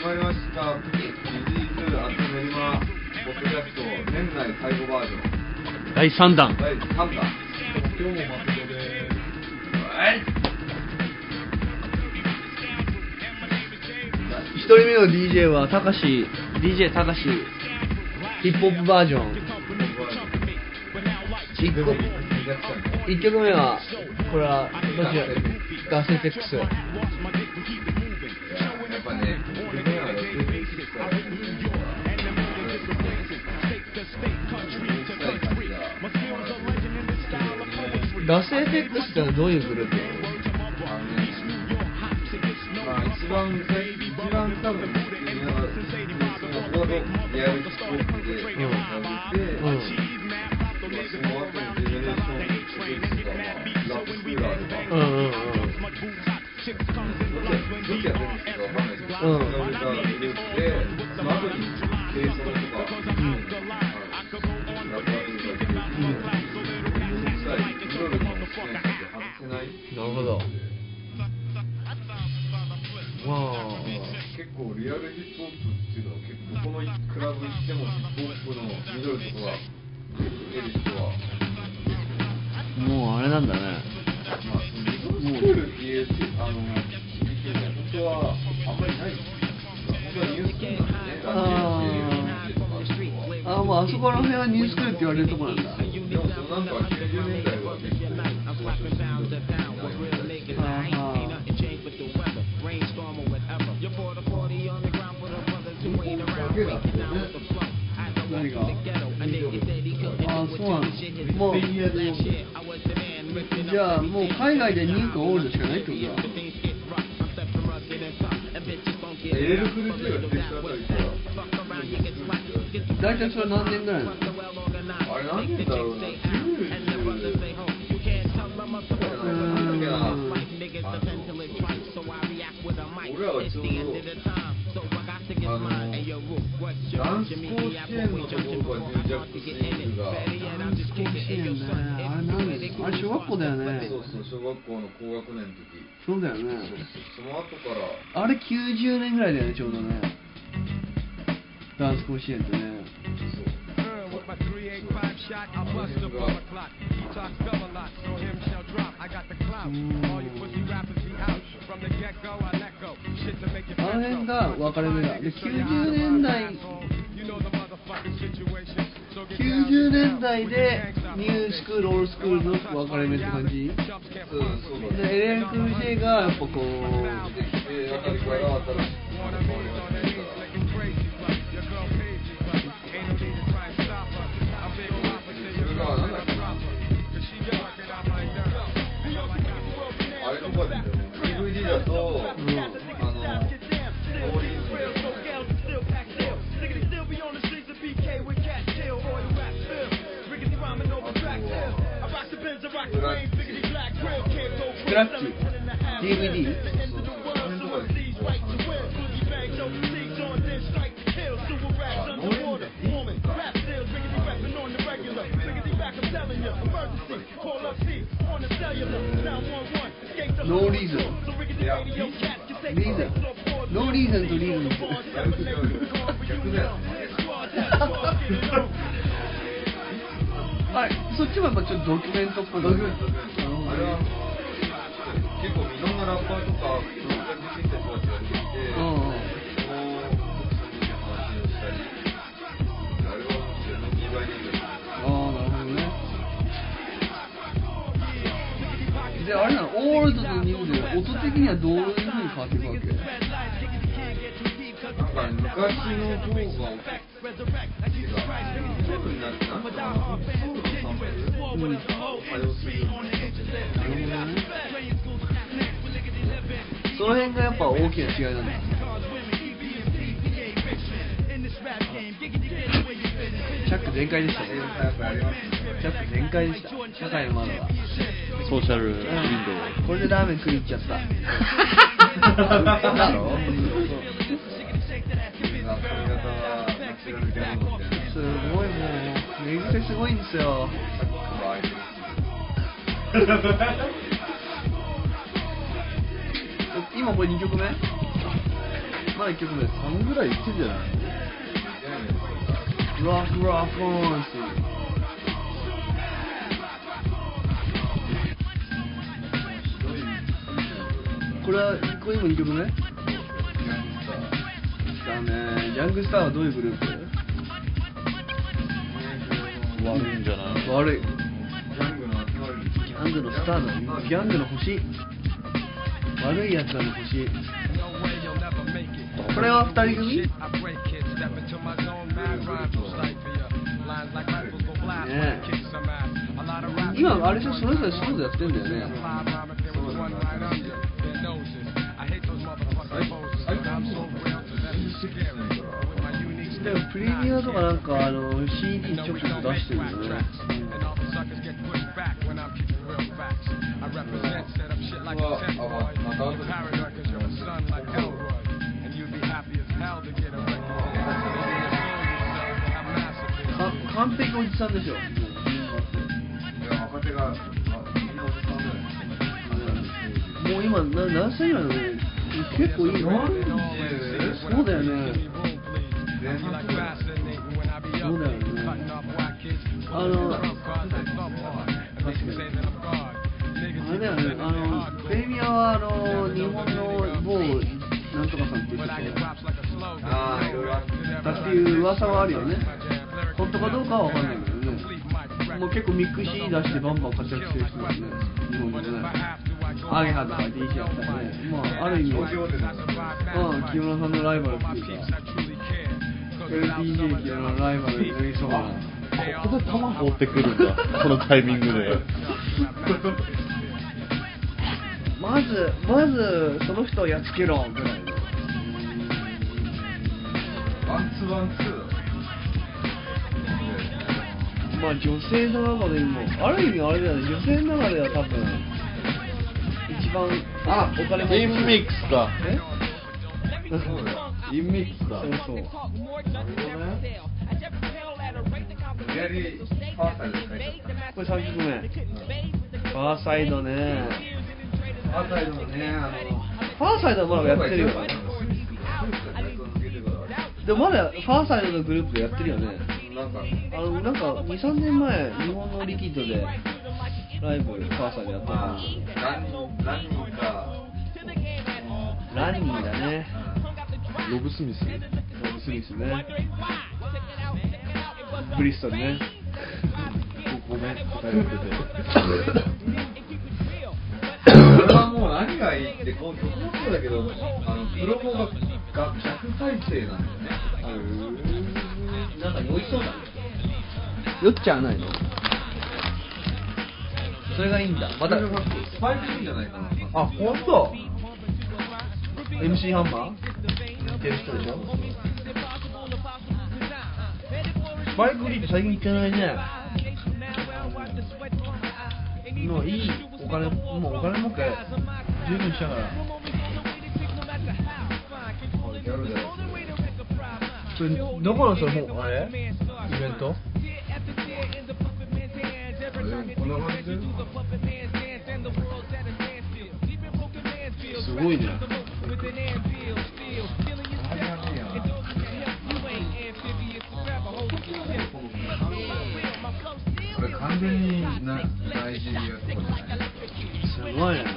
まりました。ビジーズアットメリマポッドキャスト年内最後バージョン第3弾。 第3弾。今日も松戸ではい。 1人目の DJ はたかし DJ たかしヒップホップバージョン。1曲目はこれはどちらガスエフェクス。 やっぱね、 ガスエフェクスってのはどういうグループなの？ 一番多分リアルヒップホップでやってて、その後のジェネレーションとかラップスクーラーとかどっちやってるんですけど分かんないですけど、それが売れたグループで、その後に軽ソロとかラップアーティストが出てきて、いろいろも試験して外せない。 なるほど。 結構リアルヒップホップっていうのは結構どこのクラブ行ってもヒップホップのミドルとかが出る人はもうあれなんだね。 まあミドルスクールっていう響きも本当はあんまりないんですよ。本当はニュースクールなんですね。 もうあそこら辺はニュースクールって言われるとこなんだ。 でもそのなんか90年代は結構そういうミドルって言われて何が？そうなの。もうじゃあもう海外でニューかオールドしかないってことだ。 エルフルっていうのはあたりから大体それ何年ぐらいなの？ あれ何年だろうな。俺らはちょうどダンス甲子園のところがニュージャックスイングがダンス甲子園ね。あれ何年？あれ小学校だよね。 そう小学校の高学年の時。 そうだよね。 その後からあれ90年ぐらいだよねちょうどね。ダンス甲子園ってね。あの辺が分かれ目だ。で90年代でニュースクールオールスクールの分かれ目って感じ。でLLがやっぱこうあたりから新しいあれとかで DVD だと、 スクラッチ DVD。ノーリーズン。ノーリーズンとリーズン。あれ、そっちもやっぱちょっとドキュメントっぽい。あれは結構いろんなラッパーとかいろんなミュージシャンたちが出てきて、その話をしたり、あれはもう全部2倍にいる。 なるほどね。で、あれなの、オールドとニューで音的にはどういう風に変わっていくわけ？ なんか昔の方がその辺がやっぱ大きな違いなんだ。チャック全開でしたね。チャック全開でした。社会の窓はソーシャルウィンドウ。 これでラーメン食いに行っちゃった。だろ？すごいもう寝癖すごいんですよ。今これ2曲目？ まだ1曲目 3ぐらいいってんじゃない？ ロックロックオンっていうこれはこれ今2曲目？だね。ヤングスターはどういうグループ？ 悪いんじゃない？ 悪い。 ギャングの集まり。 ギャングのスターだ。ギャングの星。悪いやつらの星。これは2人組？ねえ。今あれでしょ、それぞれソロでやってんだよね。でもプレミアとかなんかCD ちょくちょく出してるよね。完璧おじさんでしょ。 若手がみんなおじさんだよね。 もう今何歳ぐらいなの？結構いいよ。そうだよね。そうだよね。あれだよね。プレミアは日本の某なんとかさんっていう人といろいろあったっていう噂はあるよね。本当かどうかは分かんないけどね。もう結構ミック CD 出してバンバン活躍してる人だよね。日本でね。アゲハとか DJ やったりね。まあある意味東京でも清村さんのライバルっていうか LDJ 清村のライバルになりそうな。 ここで球放ってくるんだ、このタイミングで。 まずその人をやっつけろぐらいの。 ワンツーワンツーだ。 まあ女性の中でもある意味あれだよね。女性の中では多分一番お金もインミックスか。 そうだよ。 インミックスだ。 そう。 無理やりファーサイドで書いちゃった。 これ3曲目。ファーサイドね。 ファーサイドもね、 ファーサイドはまだやってるよ。でもまだファーサイドのグループでやってるよね。 なんか 2、3年前日本のリキッドでライブファーサイドやったの。 ランニーかランニーだね。 ロブ・スミス。 ロブ・スミスね。ブリストルね。 ごめん、答えられてて。 これはもう何がいいって、この曲もそうだけど、プロモが逆再生なんだよね。 なんか酔いそうだね。酔っちゃわないの？それがいいんだ。またスパイクいいんじゃないかな。 あ、ほんと？ MC ハンマーってる人でしょ？スパイクリーって最近行ってないね。もういいお金儲け十分したから。それどこのそのあれイベント？ こんな感じすごいね。 これ完全にナイジェリアとかじゃない？ すごいね。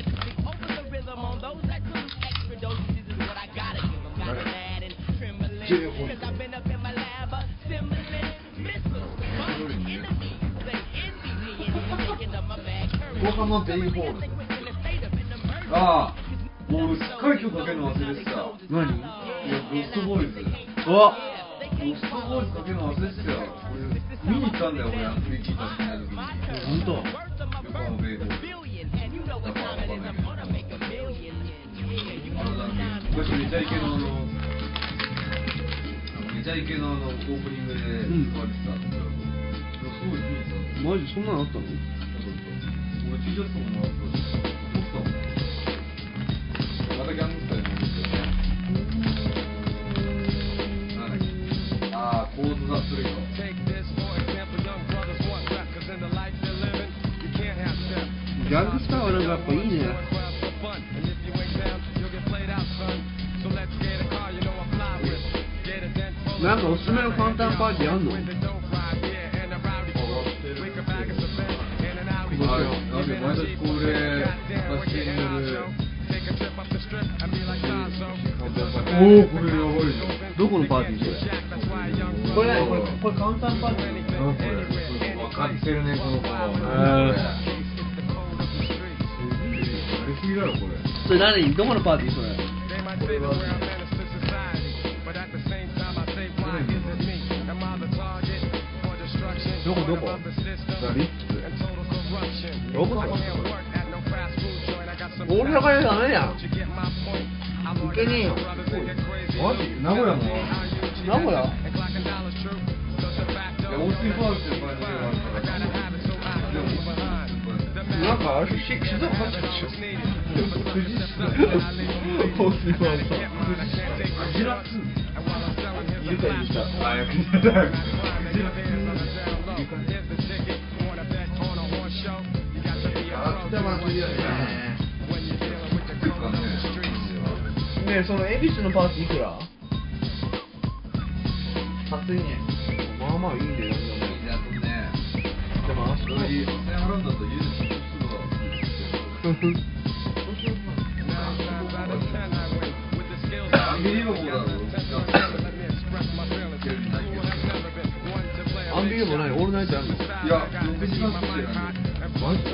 横浜ベイホールズ。ああ、もうすっかり今日かけるの忘れてた。 何？ いや、ロストボーイズ。 お。 ロストボーイズかけるの忘れてたよ。俺見に行ったんだよ、俺アプリ聞いたしない時に。 本当？ 横浜ベイホールズ。だからわかんないけど。昔めちゃイケのめちゃイケのオープニングで使われてた。すごい見に行ったんだよ。 マジそんなのあったの？ 俺 T シャツとかもらったし、持ってたもん。またギャングスタイルも見てた。なんだっけ。ああ、コーズ・ザ・ストリート。 ギャングスターはなんかやっぱいいね。 なんかおすすめの簡単パーティーあんの？ あなんで毎年恒例発信によるおおこれやばいじゃん。 どこのパーティーそれ？これ何？これ簡単パーティー？ なんこれ分かってるねこの子。やりすぎだろこれ。 それ何？どこのパーティーそれ？ これはどこ？ ザリッツ。 どこ？大阪でダメじゃん。いけねえよ。 マジ？名古屋も？ 名古屋？ いや大杉ファールっていう感じがあるから。 なんかあれ静岡入っちゃうでしょ。 富士市だよ。 大杉ファールさ。 クジラ2。 いるかいるか。 あ、いやクジラだよ。クジラ2。 ねえ、その恵比寿のパーティーいくら？8000円。まあまあいいね。 いいね、あとね。 でもあそこ 1000円払うんだとユースすぐは。アンビリーバボーだろ。 アンビリーバボーない？オールナイトやんの？ いや、6時間撮ってるんで。マジで？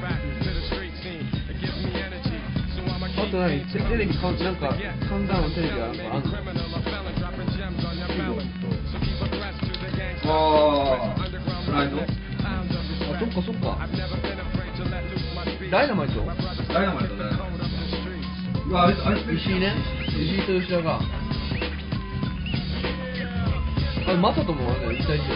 あと何？テレビなんか簡単なテレビはなんかあんの？ ああ、プライド？ あ、そっかそっか。ダイナマイト？ ダイナマイトね。うわ、あいつ石井ね。石井と吉田が。あれマサトもあれ一体一緒。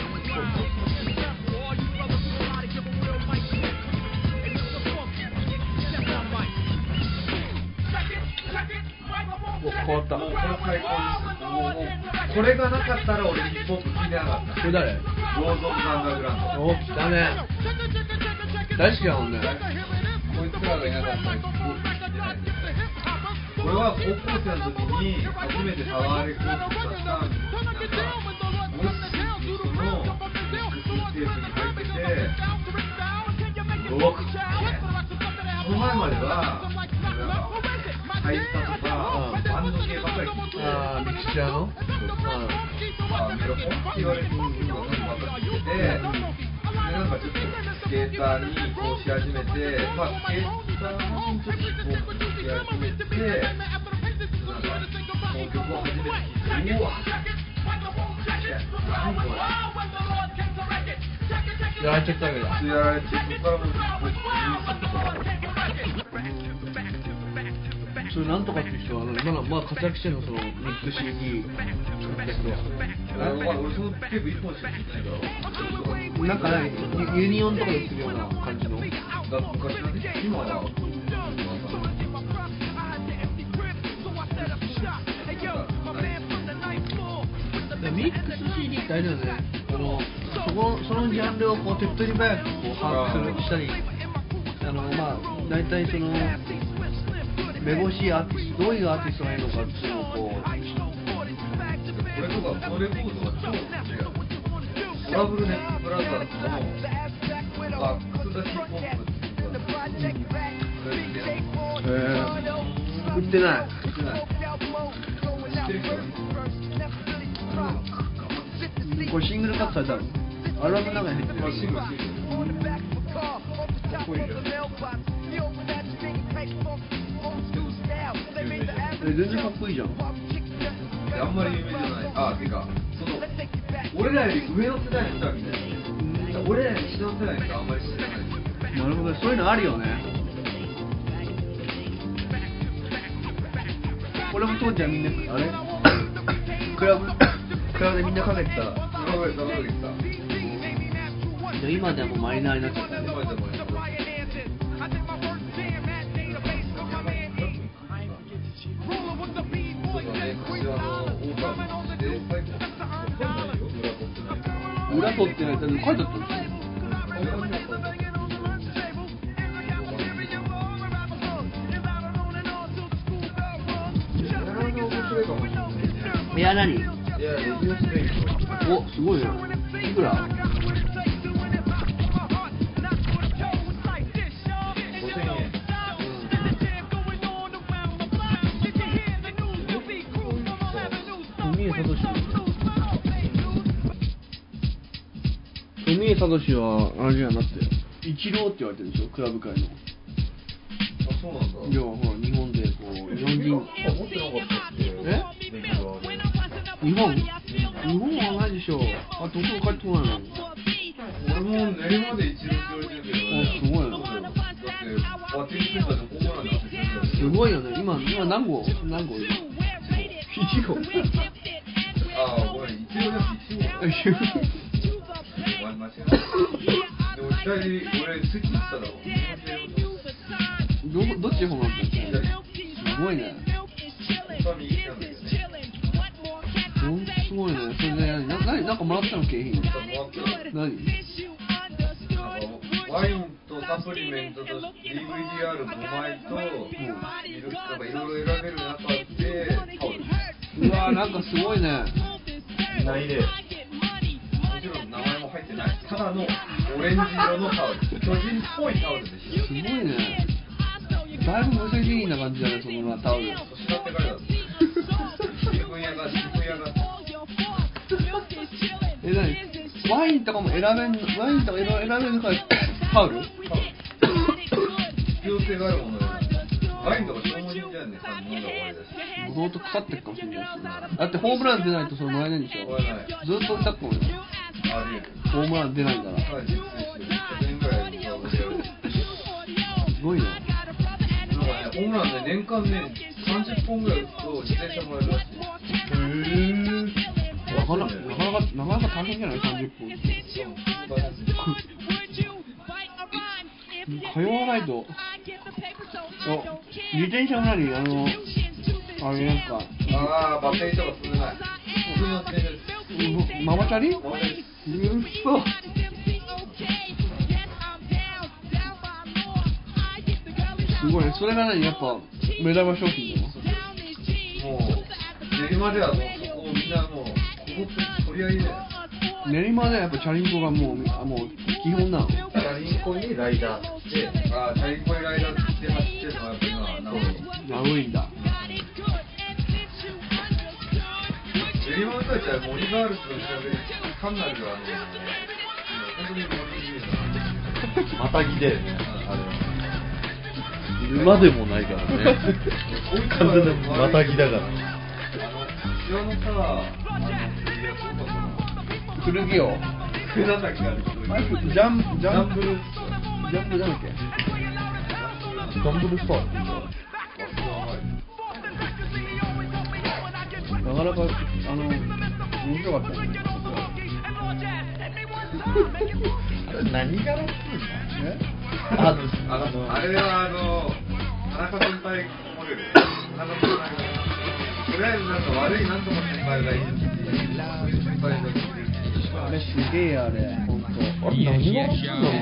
変わった。 もうこれ最高です。もうこれがなかったら俺ヒップホップ聞いてなかった。 これ誰？ ローズ・オブ・ザ・アンダーグラウンド。 お、来たね。大好きだもんね。 こいつらがいなかったらこれは高校生の時に初めてタワーレコードを出したなんかモッシーっていう人のミックステープに入っててうわっその前まではハイスタとかバンド系ばっかり聞いてああ、ミクチャーの？ メロコンって言われるのばっかり聞いててでなんかちょっとスケーターにこうし始めてまあスケーターにちょっとこうし始めてなんかこの曲を初めて聴いてうわ何これやられちゃったわけだ。 やられてそこからもうそれなんとかっていう人はまだ活躍してるの？そのミック CD 作った人は。 俺そのテープ1本しか聴いてないからなんかね、ユニオンとかでするような感じの。 昔のね今はミックス CD ってあれだよね。そのジャンルをこう手っ取り早くこう把握したり、まあ大体そのめぼしいアーティスト、どういうアーティストがいるのかっていうのをこう。 これとかこのレコードは超好きだよ。トラブルネックブラザーズのバックス・ザ・ヒップホップっていうのが売ってない。 知ってる人これシングルカットされたの？アルバムの中に入ってる。 シングルかっこいいじゃん。 全然かっこいいじゃん。 あんまり有名じゃない。あ、てかその俺らより上の世代の人はみんな知ってる。俺らより下の世代の人はあんまり知らない。 なるほど、そういうのあるよね。これも当時はみんなあれクラブでみんなかけてた。今ではもうマイナーになっちゃったね。裏取ってないって書いてあったんですよ。いや何？ いや、レディオステーキ。 お、すごいね。いくら 5000円。 富江聡はあれじゃなくてイチローって言われてるでしょ、クラブ界の。 あ、そうなんだ。 いや、ほら日本でこう日本人持ってなかったっけ？レギュラーで。 日本はないでしょ。あ、どこ帰ってこないの。 俺も練馬で一郎って言われてるけどね。 あ、すごいな。 だってバッティングセンターでホームランで当ててるんだよ。 すごいよね。今何号今。1号。 ああ、ごめん、一郎じゃなくて一号だ。お前間違えた。でも左、俺席行ったら、 どっちホームランってすごいね。 本当は右なんだけどね。 すごいね。それでなんかもらったの景品。何？ ワインとサプリメントと DVD-R5 枚と、なんかいろいろ選べる中でタオル。 うわー、なんかすごいね。 ないで。もちろん名前も入ってない。ただのオレンジ色のタオル。巨人っぽいタオルでしょ。 すごいね。だいぶ無責任な感じだね、そのタオル。 年だってからだ。新聞屋が。 ワインとかも選べるからタオル？ 必要性があるもので。ワインとか消耗品じゃんね、飲んだ終わりだし。 もともと腐ってるかもしれないし。だってホームラン出ないとそれもらえないんでしょ。ずっと歌ってもよ。ホームラン出ないから。すごいね。 ホームランで年間ね30本ぐらい打つと自転車もらえるらしい。 なかなか大変じゃない30本。通わないと。自転車も何あれなんか。 ああ、バッテリーとか積んでない。普通の自転車です。 ママチャリ？うっそ。すごいね。それが何やっぱ目玉商品なの？ もう練馬ではもうそこをみんなもう取り合いで。 練馬ではやっぱチャリンコがもう基本なの。 チャリンコにライダーって、チャリンコにライダーって走ってるのがやっぱ今名古屋。 いんだ。 練馬の人たちは森ガールズの調べで単なる本当に森またぎだよね。馬でもないからね。完全にまたぎだから。 後ろのさ、 古着を。 なんだっけあれ。 ジャンブルなんだっけ。 ダンブルスター。 なかなか面白かったね。 何がラップあれは田中先輩モデル。田中先輩がとりあえずなんか悪いなんとか先輩がいいっていう先輩がいる。 あれすげえあれ、本当。 あれ何がラップだろうね。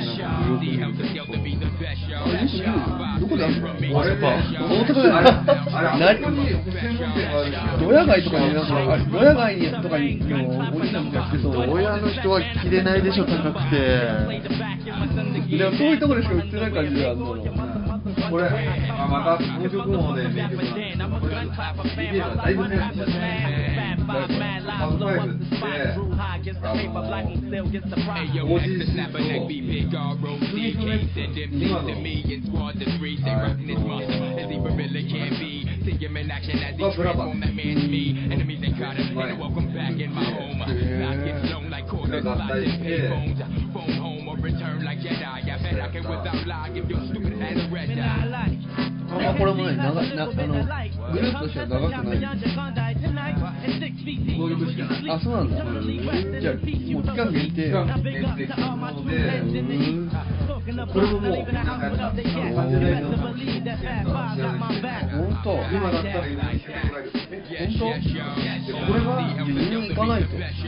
どこであるの？ あれね、 大阪であれ何？ドヤ街とかにドヤ街にとかにおじさんがやってそう。 親の人は着れないでしょ、高くて。 でもそういうところでしか売ってない感じであんの。 これ、また工場もね、名曲なんですけど、これ、BBA がだいぶ早くしてパブファイブって、OG スと、次のね、今の、ブラバン。合体して、 これもね、グループとしては長くない。こういう年じゃない。あ、そうなんだ。じゃあ、もう期間限定。 期間限定のもので、これももう、30代の本当。 今だったら言うのに100円ぐらいです。 本当？これは自分に行かないと。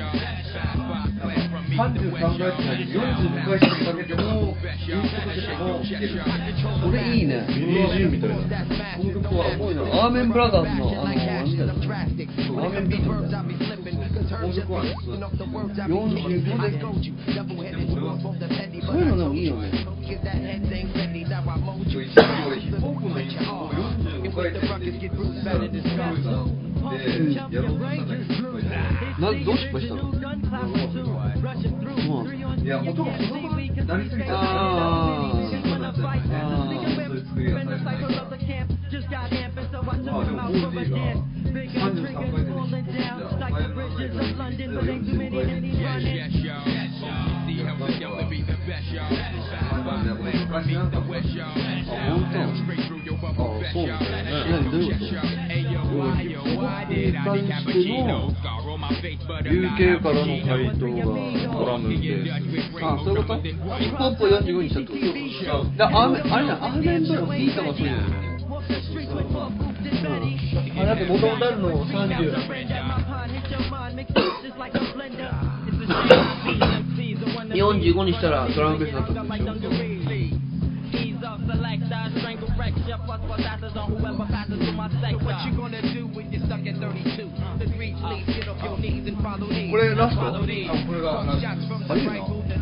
33回ってないで42回しかかけても、インストしても聴ける。 これいいね。 BGM みたいな。 この曲はすごいな。アーメンブラザーズのなんだよ。アーメンビートみたいな。 音楽はね、 45で。 でも俺はそういうのでもいいよね。 一時俺ヒップホップのイントロを45回転でミックスしたらすごいなでやろうとしたんだけど失敗してどう失敗したの？ いや音が細くなりすぎちゃって静かになっちゃってねそういう作りがされてないからまあでも OG が33回転でヒップホップじゃ抑えられないから45回転で昔なんか本当？そうなんだよね。どういうこと？ ヒップホップに対しての UK からの回答がドラムベース。 あ、そういうこと？ヒップホップを45にしたってこと？あれじゃん、アーメンドのビートがそうじゃないの？あれだって元々あるの30。45にしたらドラムベースだったんでしょ。これラスト？ これがラスト。 あ、いいな。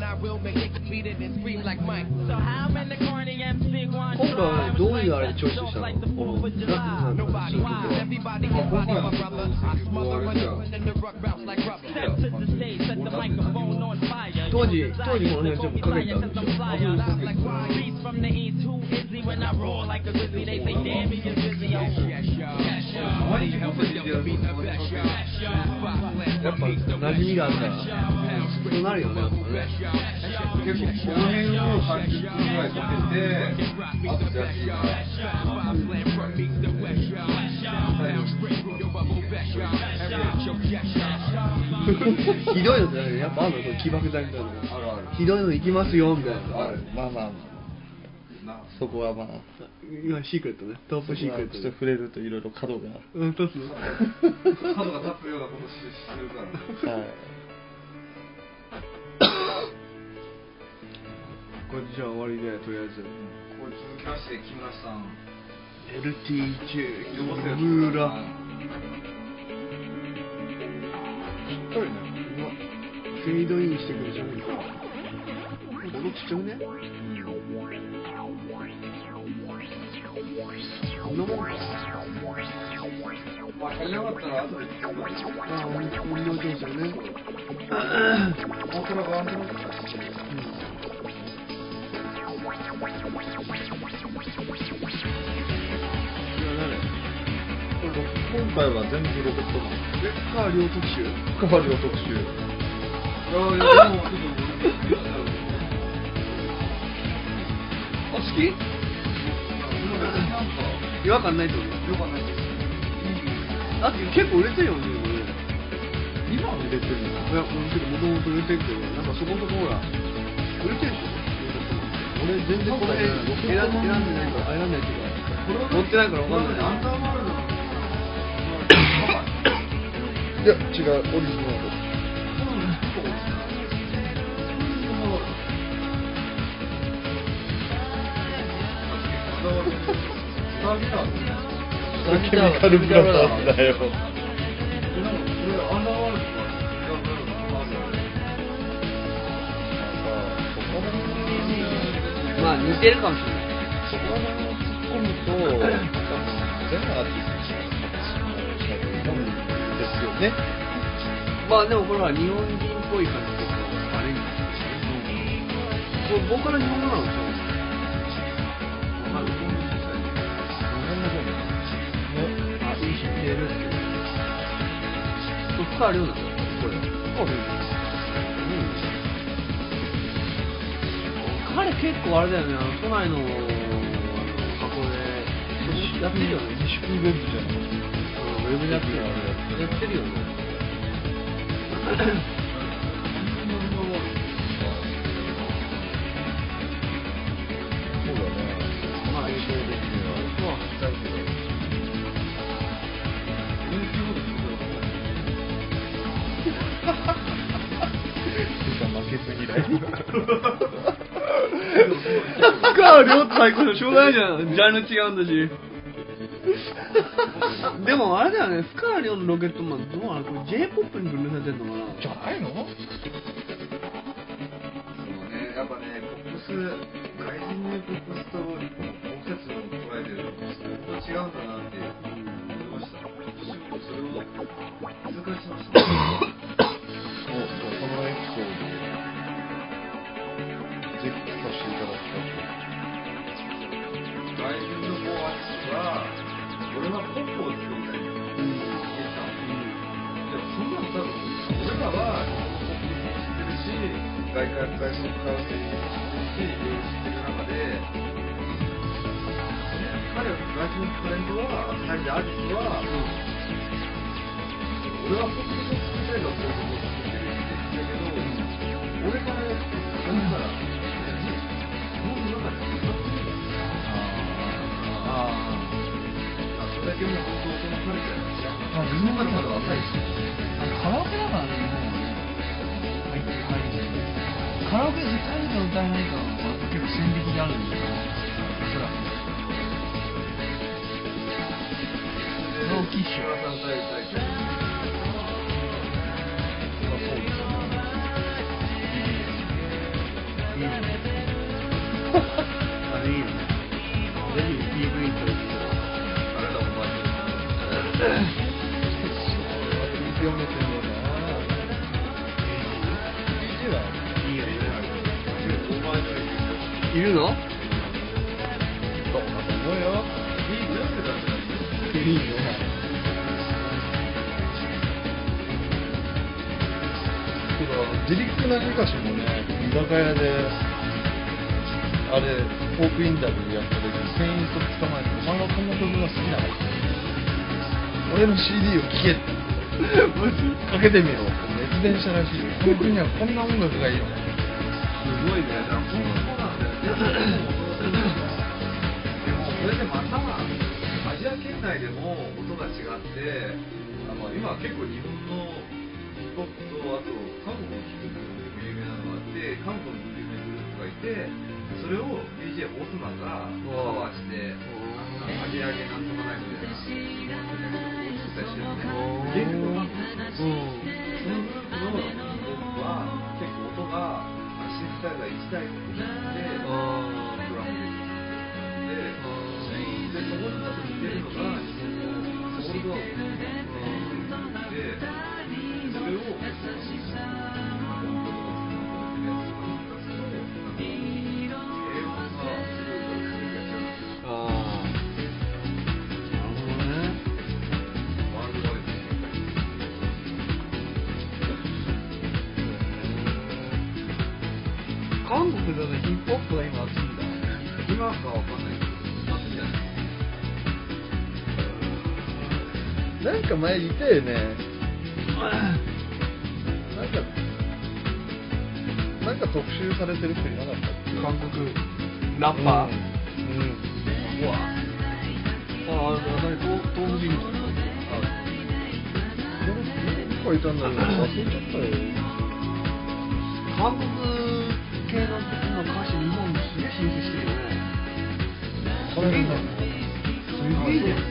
今回はどういうあれでチョイスしたの？この今回の当時この辺全部かけてたんでしょ？やっぱ馴染みがあるからそうなるよね。 結構この辺を30分ぐらいかけてあとジャッジがひどいのってやっぱあるの？起爆剤みたいなの。 あるあるひどいの行きますよみたいな。 あるまあそこはまあ今シークレットね。トップシークレット。 ちょっと触れるといろいろ角が立つの？ 角が立つようなことしてるからはい。 これじゃあ終わりでとりあえず。 これ続きまして木村さん LTJ 呼ばせよ木村。 そうね。 フェードインしてくるじゃん。このちっちゃくね？こんなもんか。 まあ足りなかったら後で聞くから音量調整ね。 大倉バンドの人たち今回は全部ロボットなんでカー両特集。 関わりを特集。 いやでもちょっとあ、好き？違和感ないってこと？ よかないですだって結構売れてるよね、 今は売れてるの？ いや、もともと売れてるけど、なんかそこのところが売れてるでしょ。俺全然この辺選んでないから、選んでないっていうか、乗ってないから分かんない。 アンダーワールドのいや違う、オリジナル。 ケミカルブラザーズだよ。 まあ似てるかもしれない。 そこに突っ込むと、全アーティストのですよね。 まあでもこれは日本人っぽい感じでアレンジですね。これボーカル日本語なんですよ。知ってるっていう。深川亮なんですよ、これ。彼結構あれだよね、都内の箱でやってるよね。 自粛イベントじゃない。 ウェブでやってるよね。やってるよね。 そうだね。 まあ、 映像的には。 まあ、だけど。 負けず嫌い。 深川亮と最高でしょうがないじゃん。ジャンル違うんだし。 でもあれだよね、福原涼のロケットマンどうなの、これ J-POP に分類されてんのかな。 じゃないの？ そうね、やっぱね、ポップス、外人のポップスと僕たちの捉えてるポップスって本当違うんだなって思いました。今年僕それを痛感しました。 そのエピソードぜひ聞かせていただきたい。 外人のボーアーティストは俺はポップを作りたいって言ったの。でもそんなの多分俺らはポップスも知ってるし、外国の会話も知ってるし、いろいろ知ってる中で、彼ら外人のタレントは、アーティストは、俺はポップスを作りたいのはポップスを作ってるって言ってるけど、俺からやってそれからもう世の中に使ってるんだよ。それだけもう本当そのカルチャーが違う。そんなのまだ若いし。 カラオケだからね、日本はね。カラオケで歌えるか歌えないかは結構線引きであるんだよね、おそらく。ノーキッシュ。 原さん歌いたいけど。 そうですよね。 いいね。あれいいよね。ぜひ PV と一緒。 あれだお前。 読めてねえな。 いいよね。 お前のいるの？ どうかと思うよ。 いい全部だったらいいよ。 いいね。けどジリックなミカシもね、居酒屋であれトークインタビューやった時に店員と捕まえて、お前はこんな曲が好きなの？俺の CD を聴けってかけてみろって熱弁したらしいよ。この国にはこんな音楽がいいのか。 すごいね。だから本当そうなんだよね。でもそれでまたアジア圏内でも音が違って、今結構日本のヒップホップとあと韓国のヒップホップでも有名なのがあって、韓国の有名グループがいて、それを DJ オスマがカバーして、アゲアゲなんとかないので作ったりしてるのね。原曲は韓国のそのグループのヒップホップは結構音がシンセサイザー1台になってドラムででそこにちょっと似てるのが日本のソウルドアゴンっていうでそれを音響とかまとめてるやつと英語がすごい歌ってるやつああ、なるほどね。 ワールドワイドに韓国だとヒップホップが今熱いんだ。 今かわかんないけど熱いんじゃないなんか前いたよね。なんか特集されてる人いなかったっけ？ 韓国ラッパー。 うわ東部人とか。 どこいたんだろう、忘れちゃったよ。 韓国系の歌詞日本にすげえ進出してるよね。 これね、 すごいね。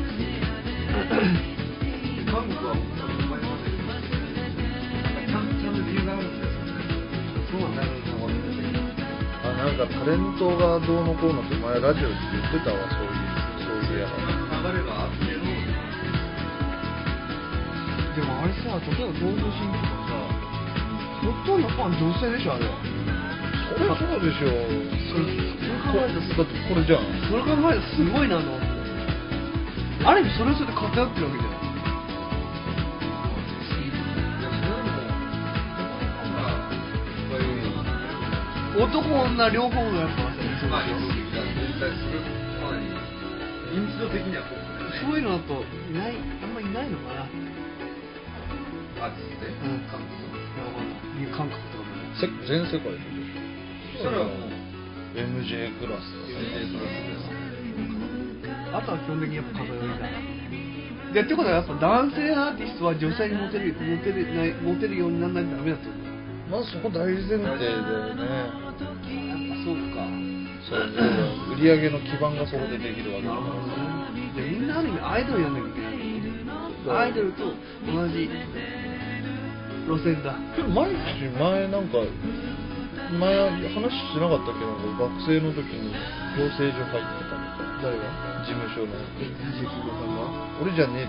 韓国は僕は前までちゃんと理由があるんですよね。 そうなんだ。 なんかタレントがどうのこうのって前ラジオで言ってたわ、そういうやつ。 流れがあってのでもあれさ、例えば東方神起とかさ、ほとんどファン女性でしょあれ。 それそうでしょ。 それ考えたらだってこれじゃん。 それ考えたらすごいなと思って。ある意味それはそれで偏ってるわけじゃん。男女両方がやっぱそうですよ。 まあ絶対するかなり認知度的にはポップだよね。 そういうのだとあんまいないのかな。 アーティストで、韓国の韓国とかも。 全世界でそしたらもう MJ クラス。 あとは基本的にやっぱ偏りだ。でってことはやっぱ男性アーティストは女性にモテるようにならないとダメだと思う。 まずそこ大前提だよね。 やっぱそうか。 そう、売り上げの基盤がそこでできるわけだから。 でみんなある意味アイドルやんなきゃいけない。アイドルと同じ路線だ。 前なんか前話してなかったっけど、学生の時に養成所入ってたとか。 誰が？ 事務所の。 DJ キングさんが？ 俺じゃねえって。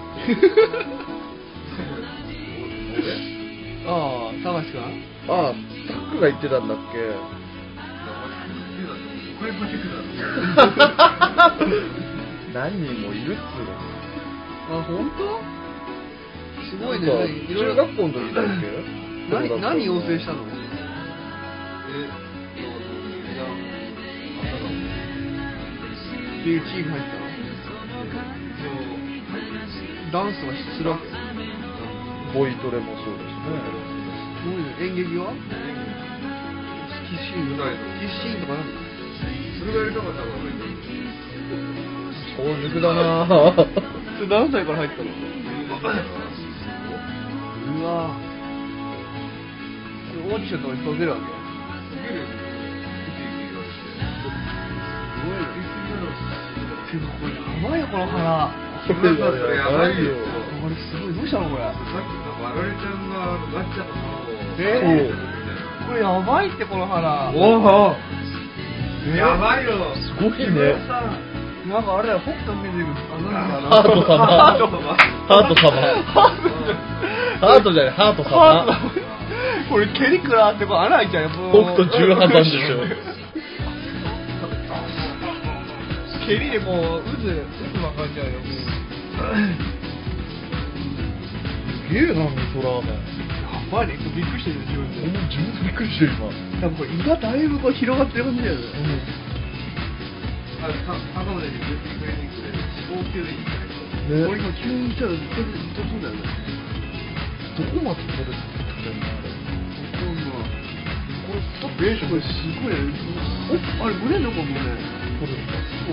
ああ、高橋君？ ああ、タックが言ってたんだっけ。何人もいるっつうの。 あ、本当？すごいね。 中学校の時だっけ？ 何養成したの？っていうチーム入ったの？ダンスはするわけ？ ボイトレもそうですね。 すごいね。演劇は？キスシーンとか何？ それがやりたかったから早熟だなぁ。 それ何歳から入ったの？うわぁ。オーディションとかに飛べるわけ？すごいね。けどこれやばいよ、この花。 これやばいよ。 これすごい、どうしたのこれ。 さっきあられちゃんがガッチャの花をこれやばいって、この花。 おお、 やばいよ。 すごいね。 なんかあれだよ、北斗見てる。 ハート様。ハートじゃない、ハート様。 これ蹴りくらってこう穴開いちゃうよ。 北斗18番でしょ。 蹴りでもう渦巻かれちゃうよ。 すげえな、味噌ラーメン。 やばいね、びっくりしてる自分で。 自分でびっくりしてる今。 多分これ胃がだいぶこう広がってる感じだよね。 高野でクリニックで脂肪吸引みたいな。 俺今急にしたらそうだよね。 どこまで取れるって言ってんのあれ。 これストップこれすごいね。あれ胸のこもね。 これそう。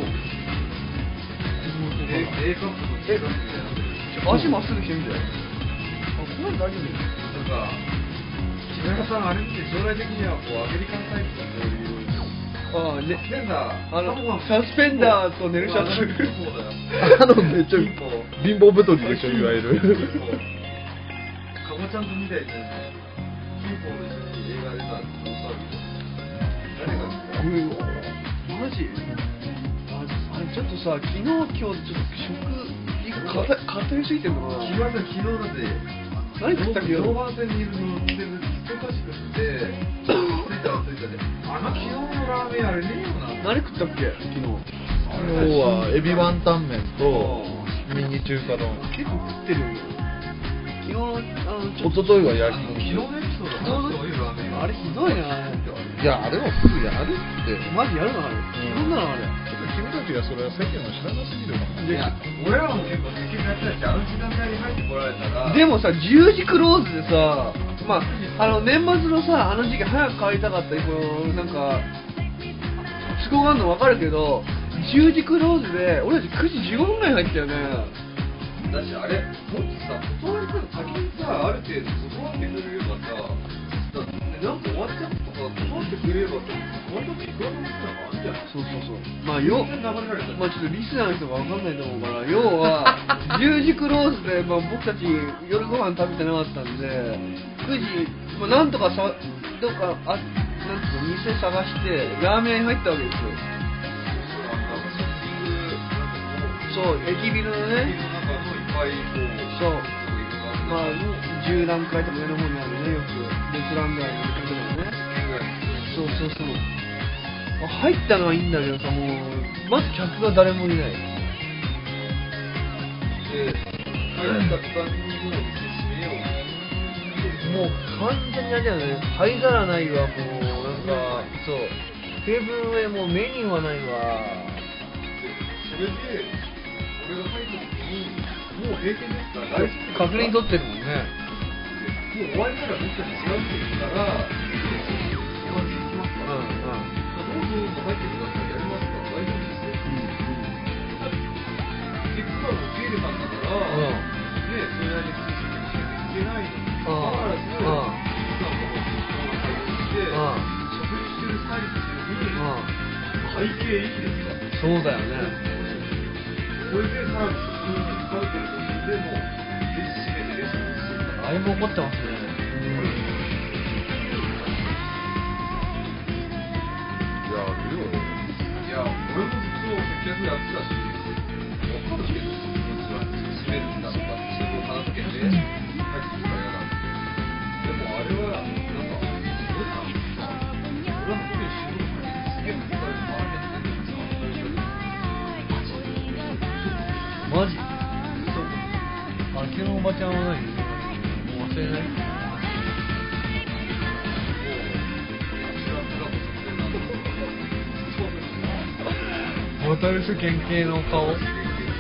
A カップと C カップみたいな。 足まっすぐしてみて。あ、これ大丈夫。 なんか木村さんあれ見て将来的にはこうアメリカンタイプのこういう。 ああ、ね、 サスペンダーとネルシャツ。 めっちゃ貧乏太りでしょ、いわゆる。 かぼちゃんとみたいなキーポーの一緒に映画出たってどうしたわけ？誰が見た？ マジ？あれちょっとさ、昨日今日ちょっと食偏りすぎてんのかな。 木村さん昨日だって何食ったっけ？ 常磐線にいるので人かしくって着いたで昨日のラーメンあれねえよな。 何食ったっけ昨日？ 今日はエビワンタン麺とミニ中華丼。 結構食ってるよね。昨日の一昨日は焼き昨日のエピソードそういうラーメンあれひどいな。 いや、あれはすぐやるって。 マジやるのあれ。そんなのあれ。 ちょっと君たちがそれは世間を知らなすぎるな。 いや俺らも結構世間やってたしあの時間帯に入ってこられたらでもさ、10時クローズでさ、まあ、年末のさ、あの時期早く帰りたかったり、なんか都合があるの分かるけど、10時クローズで俺たち9時15分ぐらいに入ったよね。 だしあれもっとさ断り方先にさある程度断ってくれればさなんか終わっちゃったとか断ってくれればさ終わったっていくらでも来たらあんじゃん。 そうまあちょっとリスナーの人が分かんないと思うから、要は10時クローズで、まあ、僕たち夜ご飯食べてなかったんで9時、まあ、なんとかどっかなんていうの店探してラーメン屋に入ったわけですよ。そう駅ビルのね、そうまあ10段階とか上の方にあるね、よくレストラン街のところね。そう入ったのはいいんだけどさ、もうまず客が誰もいない。 で入った途端にもう店閉めよう。 もう完全にあれだよね、灰皿ないわ、もうなんかそうテーブルの上もうメニューはないわ。 それで俺が入った時にもう閉店ですから確認取ってるもんね。 もう終わりなら僕たち違うって言ったらお話ししますから、どうぞ入ってください、やりますから大丈夫ですよ。せっかく受け入れたんだから、ね、それなりに席しか行けないのにだからすごいなんかもう対応して食事してる最中に会計いいですか？ そうだよね。 これでから普通に使うけれども、でもレジ閉めてレジ戻すんだ。 だいぶ怒ってますね。 いや、あるよ。 いや、俺もずっと接客やってたし、分かるけど、気持ちは閉めるんだとか、信号話つけて入ってきたら嫌だって。でもあれはなんかすごいなってさ、俺は特に信号かけてすげえ向かれて回ってやってるのにさ、 マジ？ そうあ、昨日おばちゃんは何？もう忘れない？ボトルス原型の顔。すごい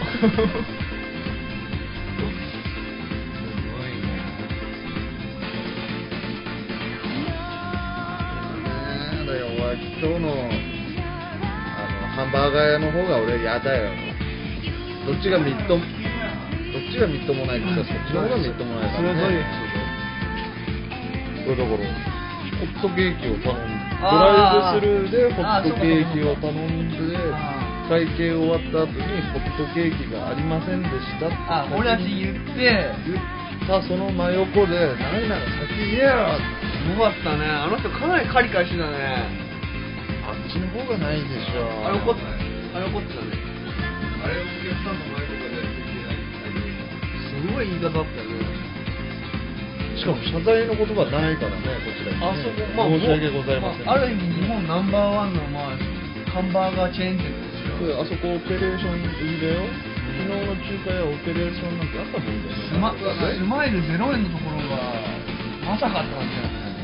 だよ、お前今日のハンバーガー屋の方が俺嫌だよ。どっちがみっともないってさ、そっちの方がみっともないからね。これだからホットケーキを頼んで、ドライブスルーでホットケーキを頼んで、会計終わった後にホットケーキがありませんでしたって。 あ、俺たち言ったその真横で、ないなら先言えよ。 すごかったね。あの人かなりカリカリしてたね。 あっちの方がないでしょ。 あれ怒ってたね。 あれお客さんの前とかでやっちゃいけないすごい言い方だったよね。 しかも謝罪の言葉ないからね、こちらに、ね。 あそこ、まあ、 申し訳ございません。 ある意味日本ナンバーワンの、まあ、ハンバーガーチェーン店ですよ。 あそこオペレーション売りだよ。昨日の中華屋オペレーションなんてあったもんだよね。 スマイル0円のところがまさかって感じだよね。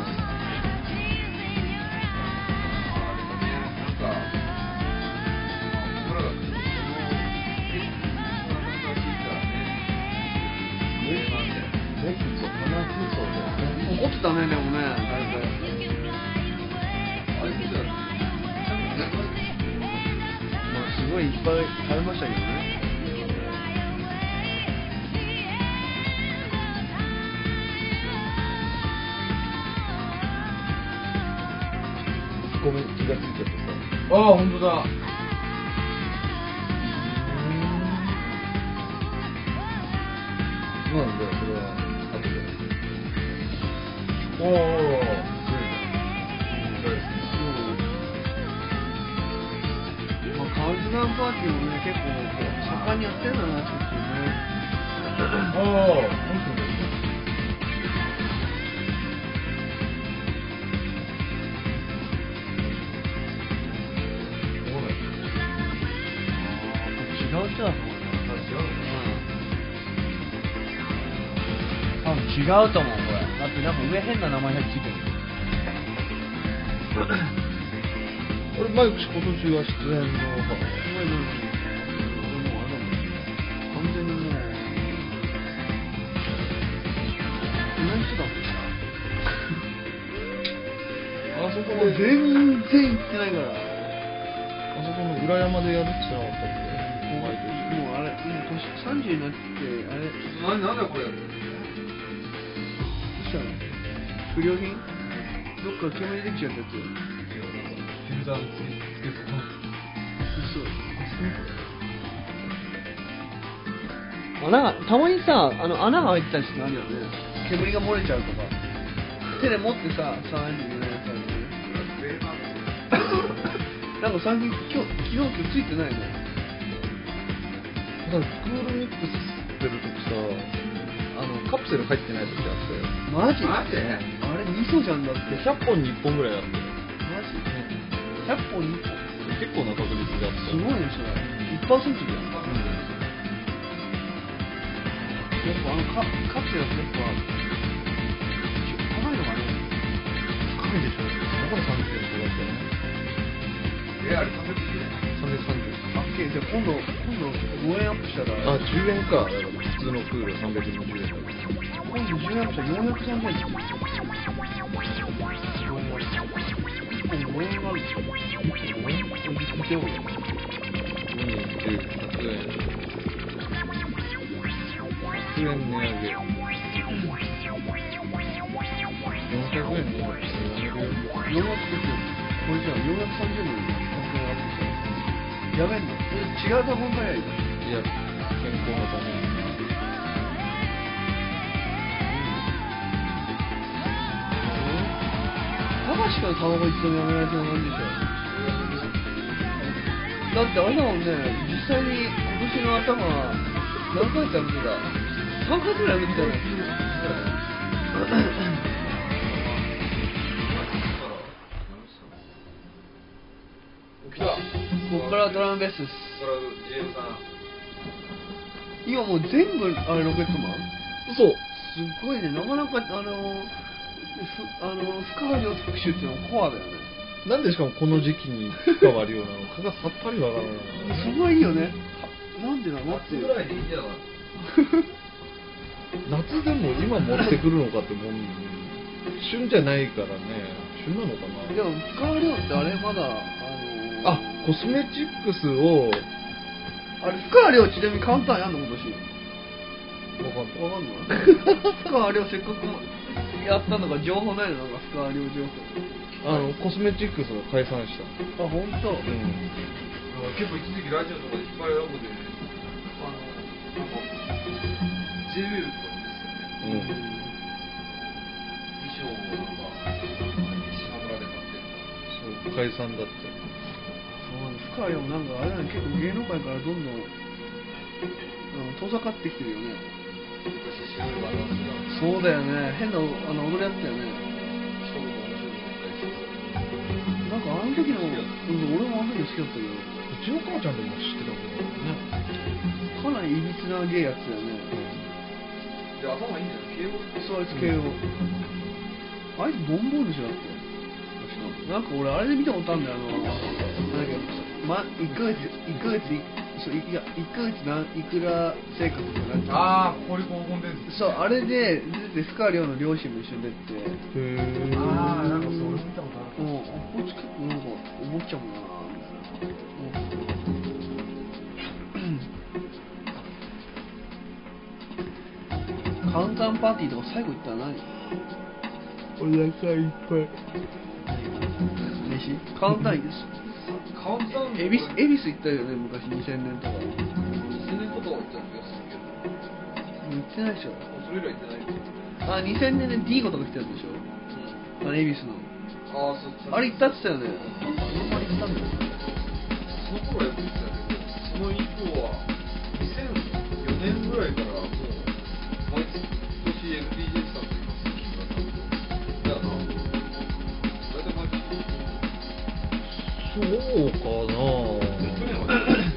怒ってたね、でもね、だいぶ。まあ、すごいいっぱい食べましたけどね。 ごめん、気がついちゃってさ。 ああ、本当だ。 なんだよ、それは後で。 おお、 まあ、カウントダウンパーティーもね、結構盛んにやってるんだな、ちょっとね。 ああ、本当ですね。 違う人だと思うね。 違うの多分違うと思う、これ。だってなんか上変な名前がついてる。 俺、マイク氏今年は出演のすごいなんか、もうあれだもん。完全にもう、いない人だもん。 あそこもうで、 全然行ってないから。 あそこの裏山でやるってなかったっけ？毎年。 もうあれ、もう年30になって、あれ、 なんだこれやってるの？ どうしたの？不良品？どっか煙出てきちゃったやつ。 フィルターのつけて穴がたまにさ、穴が開いてたりするのあるよね。煙が漏れちゃうとか。手で持ってさ、30になるやつあるよね。なんか最近昨日ついてないね。 なんかクールミックス吸ってる時さ、カプセル入ってない時あったよ。 マジ？ マジで？ あれ味噌じゃんだって。 100本に1本ぐらいあってる。 マジ？100本に1本。 結構な確率であった。 すごいねそれ。1% じゃん。やっぱカプセルってやっぱ高いのかね。 高いでしょ。だから30円とかだったよね。 あれ330円。 330。 あっけじゃあ今度5円アップしたら。 あ、10円か。だから普通のクール320円だから。 今度10円アップしたら430円。5円があるでしょ。5円見てよ。 5人10、100円。100円値上げ。400円になってやめるよ。 400これじゃあ430円の100円アップしたらやめんの？違うとこ買えばいい。 いや、 健康のために。 高橋からタバコ一度もやめられてない感じでしょ。だってあれだもんね、実際に今年の頭何回かやめてた。3回くらいやめてたよね。 来た。 ここからドラムベースです。 ドラム GM さん。 今もう全部あれロケットマン。 そう。 すごいね、なかなか深川亮特集っていうのもコアだよね。 なんでしかもこの時期に深川亮なのかがさっぱりわからない。 そこがいいよね。なんでなのっていう。 夏ぐらいでいいんじゃない？ 夏でも今持ってくるのかってもう旬じゃないからね。旬なのかな。 でも深川亮ってあれまだあ、コスメチックスをあれ深川亮ちなみに簡単やんの今年。 わかんない。 深川亮せっかくやったのが情報ないのなんか深川亮情報。 コスメチックスが解散した。 あ、本当。 結構一時期ラジオとかでいっぱいラボでJ-WAVE とかですよね。衣装をなんか島村で買ってる。 そう、解散だって。 そうね、深川亮もなんかあれだね、結構芸能界からどんどん遠ざかってきてるよね。 昔白いバランスがそうだよね、変な踊りやったよね。 一言面白いこと言ったりしてなんかあの時の、俺もあの時の好きだったけど、 うちの母ちゃんでも知ってたけどね。 かなりいびつな芸やつだよね。 で、頭いいんだよ、慶応って。 そう、あいつ慶応。あいつボンボンでしょ、だって。なんか俺あれで見たことあるんだよ、なんだっけ、1ヶ月そういや1ヶ月いくら生活とかなんて。 ああ、これ黄金伝説。 そう、あれで出て深川亮の両親も一緒に出てて。 ああ、なんかそれ見たことある。 こいつ結構なんかお坊ちゃんもなみたいな。カウンターパーティーとか最後行ったら何？ お腹いっぱい。 飯？カウンターカウンター恵比寿行ったよね、昔2000年とか。 2000年とかは行った気がするけど。 行ってないでしょ。 それ以来行ってない。 あ、2000年でディーゴとか来てるんでしょ。恵比寿の。 ああ、そう。 あれ行ったって言ってたよね。俺もあれ行ったんだよ。 その頃はよく行ってたけど、その以降は2004年ぐらいからもう毎年 MTJ さんといます木村さんと。だから大体毎年。 そうかな。 去年は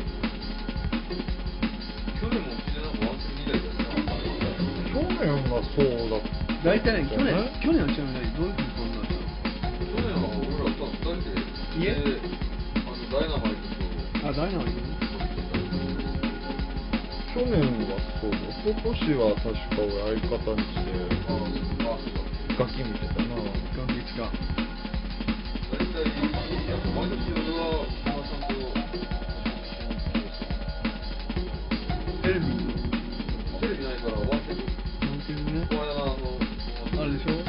去年もうちでなんかワンセル2台だった。 去年はそうだった。 大体ね、去年はちなみにどういうふうにそんなの？ 去年は俺ら2人でダイナマイトと。 あ、ダイナマイト。 去年はそう、一昨年は確か俺相方にしてガキ見てたな。 ガキ使う。 大体やっぱ毎年俺は木村さんとテレビないからワンセル。 ね。 この間あれでしょ。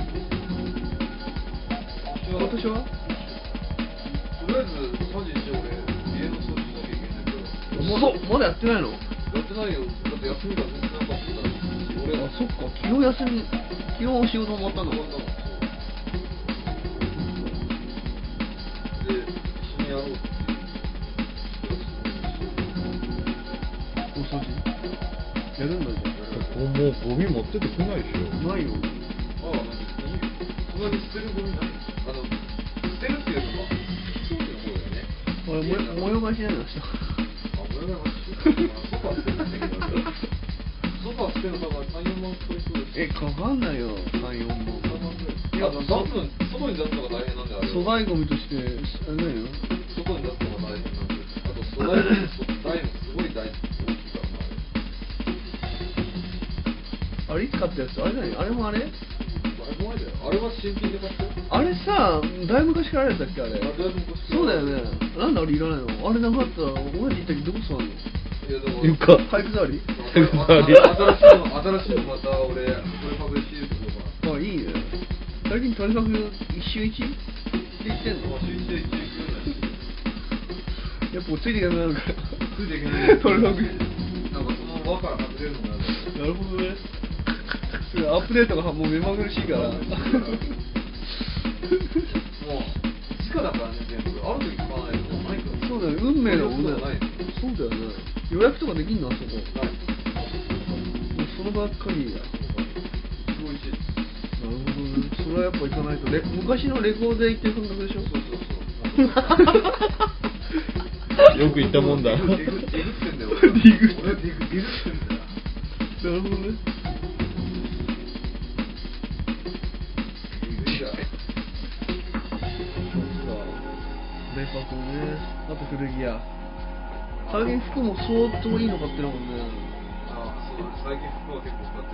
今年はとりあえず31日俺家の掃除しなきゃいけないけど。 まだやってないの？ やってないよ。だって休みが全然なかったら。俺あ、そっか、昨日休み、昨日仕事終わったの。 終わったの。で、一緒にやろうって大掃除やるんだじゃもうゴミ持っててくないでしょ。 ないよ。 ああ、なんかいいよ。そんなに捨てるゴミない。捨てるっていうのは拭き掃除の方だよね。 俺模様替えしないのした。 あ、模様替えはソファー捨てたんだけど、ソファー捨てるのが3、4万かかりそうです。 かかんないよ、3、4万。 3万ぐらい。いや、外に出すのが大変なんであれ。 粗大ゴミとして、あれだよ。 外に出すのが大変なんで。あと粗大ゴミと台もすごい大きいからな。 あれいつ買ったやつ？あれ何？あれもあれ？ あれは新品で買ったよ。 あれさ、だいぶ昔からあるやつだっけあれ。 だいぶ昔から。 そうだよね。なんであれいらないの？あれなかったら、俺たち一体どこ座るの？ いや、でも床。 体育座り？ 新しいのまた俺パブで仕入れてくるから。 あ、いいね。最近とにかく一周一って言ってんの？ 週1で1週ぐらい。 やっぱついていけなくなるから。 ついていけない。 とにかく。 なんかそのの輪から外れるのも嫌だよ。 なるほどね。アップデートがもう目まぐるしいから。 もう直だからね、全部ある時買わないとないから。 そうだよ、運命のそうだよない。 そうだよね。予約とかできんのあそこ。 ない。 もうそればっかりだ。 一期一会です。 なるほどね。それはやっぱ行かないと。昔のレコード屋行ってる感覚でしょ。 そうよく言ったもんだ。 デグってんだよ。 デグって俺デグってんだよ。 なるほどね。レパ君ね、あと古着屋。最近服も相当いいの買ってるもんね。 ああ、そう、最近服は結構使って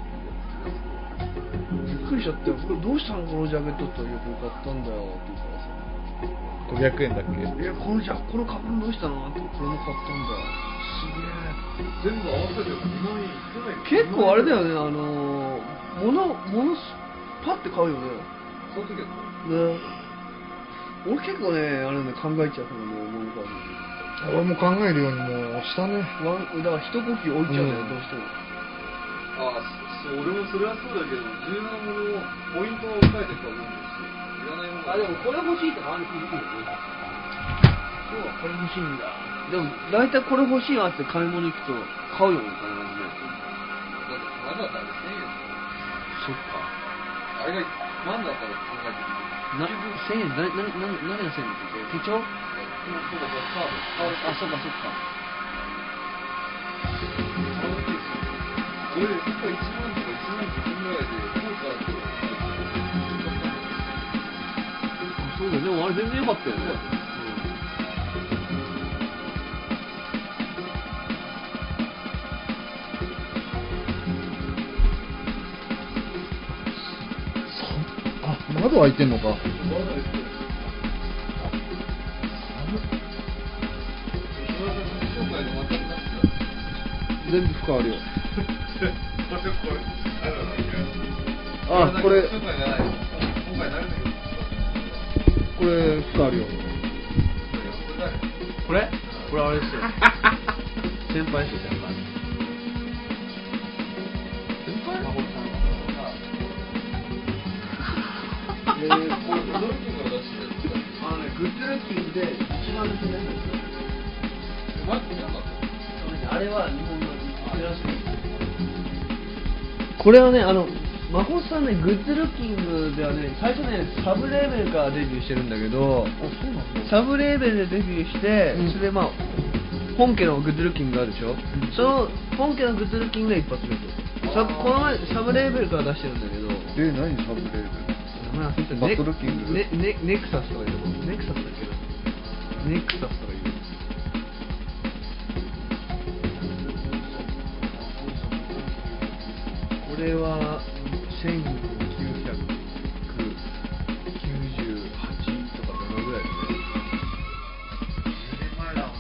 るんで。 びっくりしちゃって、これどうしたのこのジャケットって言ったら、よく買ったんだよって言ったらさ。 500円だっけ？ いや、このカバンどうしたのって、これも買ったんだよ。すげえ。 全部合わせても2万円いってない。 結構あれだよね、物パッて買うよね。 その時はね。俺結構ね、あれね、考えちゃうからね、物買うの。 俺も考えるようにもうしたね。 だから一呼吸置いちゃうね、どうしても。 ああ、そう、俺もそれはそうだけど、重要なものを、ポイントを押さえてった分ですよ。いらないもの。 あ、でもこれ欲しいとかある気づくよね。そう、これ欲しいんだ。でも、大体これ欲しいなって買い物行くと、買うよね、必ずね。 だって、花だったら1000円だよ。 そっか。 あれが何だったら考えてみる。 1000円、何が1000円だって手帳？ そうか、カード。 あ、そっかそっか。 それで、1万とか1万5分ぐらいで、効果あるとあ、そうだよ。でもあれ全然良かったよね。 窓開いてんのか。 全部服あるよ。 あ、 これ今回じゃない。今回誰だけど。 これ服あるよ。これあれですよ。先輩ですよ、先輩。 これ驚きから出してる。 グッズランキングで一番人気なんですよ。 マジでなかった。 あれは日本の珍しい。これはね、マコさんね、グッズルッキングではね、最初ね、サブレーベルからデビューしてるんだけど、 そうなんだ。 サブレーベルでデビューして、それでまあ、本家のグッズルッキングがあるでしょ、その本家のグッズルッキングが一発目と。この前、サブレーベルから出してるんだけど、 何サブレーベル？ まあ、 バットルッキングネクサスとか言うと、ネクサスだっけな、ネクサスとか言う。これは1998とかそのぐらいですね。 10年前だもんな。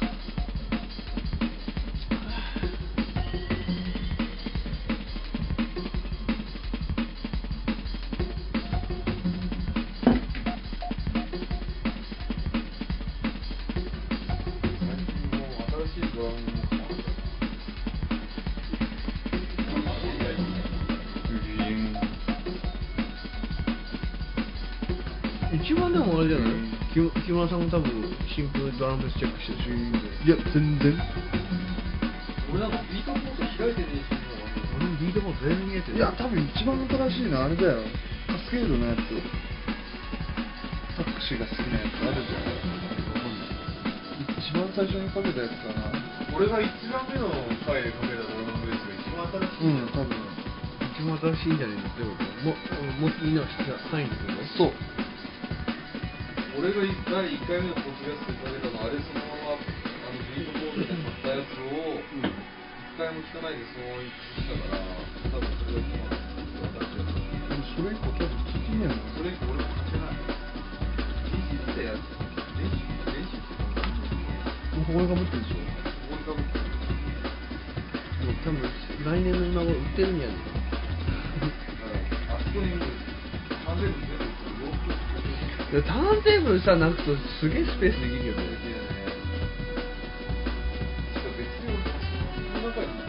一番でもあれじゃない、木村さんも多分シンプルドラムベースチェックしてるし、いや全然俺なんかビートポート開いてねえし、 俺もビートボード全然見えてる。 いや、多分一番新しいのあれだよ。カスケードのやつ。タクシーが好きなやつあるじゃん。一番最初にかけたやつかな。 俺が一番目の回でかけたドラムベースが一番新しい。 多分。 一番新しいんじゃないのってこともっといいのは範囲ですけど。 そう。 俺が第1回目のポッドキャストにかけたのあれそのままビートボードで買ったやつを1回も聞かないでそのまま聞いたから多分それが一番新しいやつ。 それ以降多分聞いてねえもん。 それ以降俺も聞いてない。いつやつ練習もうここにかぶってるでしょ。 ここにかぶってる。 もう多分来年の今頃売ってるんじゃないかな。 あそこに完全に全部洋服ターンテーブルさなくとすげえスペースできるよね。 別に俺その中に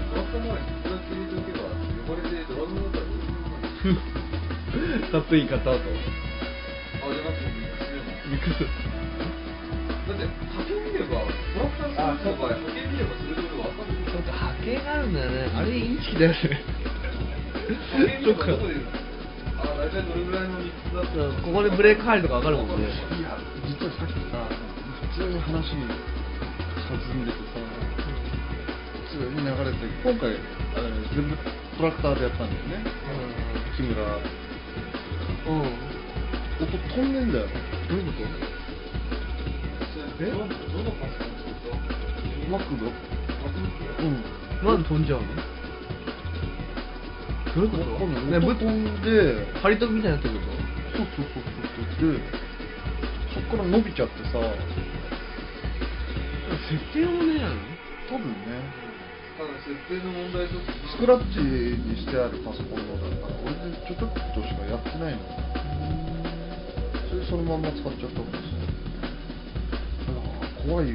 カットイン買った後あ、じゃなくてミックスだって波形見ればトラクターするの場合波形見ればそれぞれが分かるんですよ。 そうか、波形があるんだよね。あれインチキだよね。 波形見ればどこで大体どれぐらいのミックスだったらここでブレーク入るとか分かるもんね。 いや実はさっきさ普通に話弾んでてさ普通に流れて今回全部トラクターでやったんだよね、木村うん。 音飛んでんだよ。 どういうこと？ どのパスコンですか？ マクドなんで飛んじゃうの？どういうこと？ ね、音飛んでハリトみたいになってるこそうでそっから伸びちゃってさと？設定もねやの？ 多分ねただ設定の問題とスクラッチにしてあるパソコンのだから俺でちょっとしかやってないの。それでそのまんま使っちゃったんですよ。怖いよ。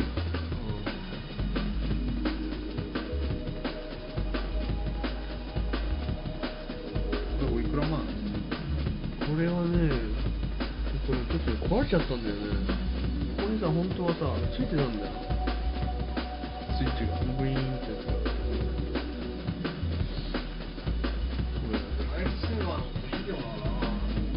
これおいくら万？ これはね、これちょっと壊れちゃったんだよね。ここにさ、本当はさ、ついてたんだよ。 スイッチがブイーンってやつが。これ。 ライフセーバーのビデオなら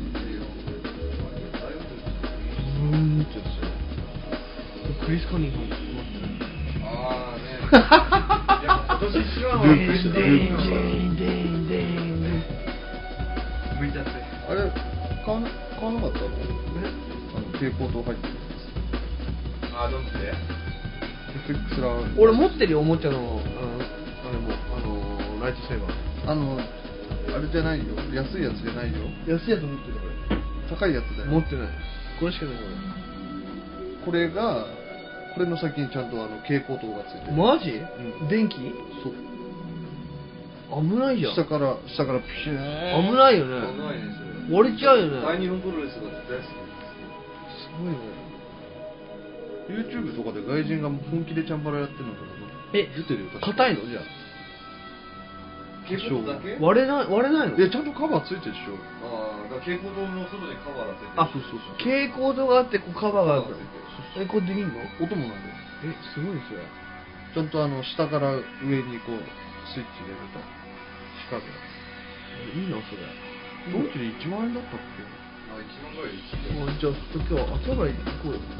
ブーンってやつよ。クリス・カニンハムって待ってる。 ああねいや今年一番はループしてでんでん向いちゃってあれ買わなかったの？蛍光灯入ってるやあーどんでつ FX ラー俺持ってるよ、おもちゃの、あれも、ライトセーバー。 あれじゃないよ、安いやつじゃないよ、 安いやつ持ってる高いやつだよ。 持ってない。これしかないこれがこれの先にちゃんと蛍光灯がついてる。 マジ？ うん電気？ そう危ないじゃん。 下からピシュー危ないよね。 危ないねそれ割れちゃうよね。 大日本プロレスが大好きすごいね。 YouTube とかで外人が本気でチャンバラやってるのとか出てるよ。確か硬いのじゃあ。 蛍光灯だけ割れないの？ いやちゃんとカバーついてるでしょ。 ああだから蛍光灯の外にカバーがついてるあ、 そう蛍光灯があってこうカバーがある。 カバーがついてるこれできんの？ 音もなんだよ。 すごいですよ。 ちゃんと下から上にこうスイッチ入れると光る。 いいなそれ。 ドンキで1万円だったっけ？ あ一番ぐらいですもうじゃあ今日秋葉原行こうよ。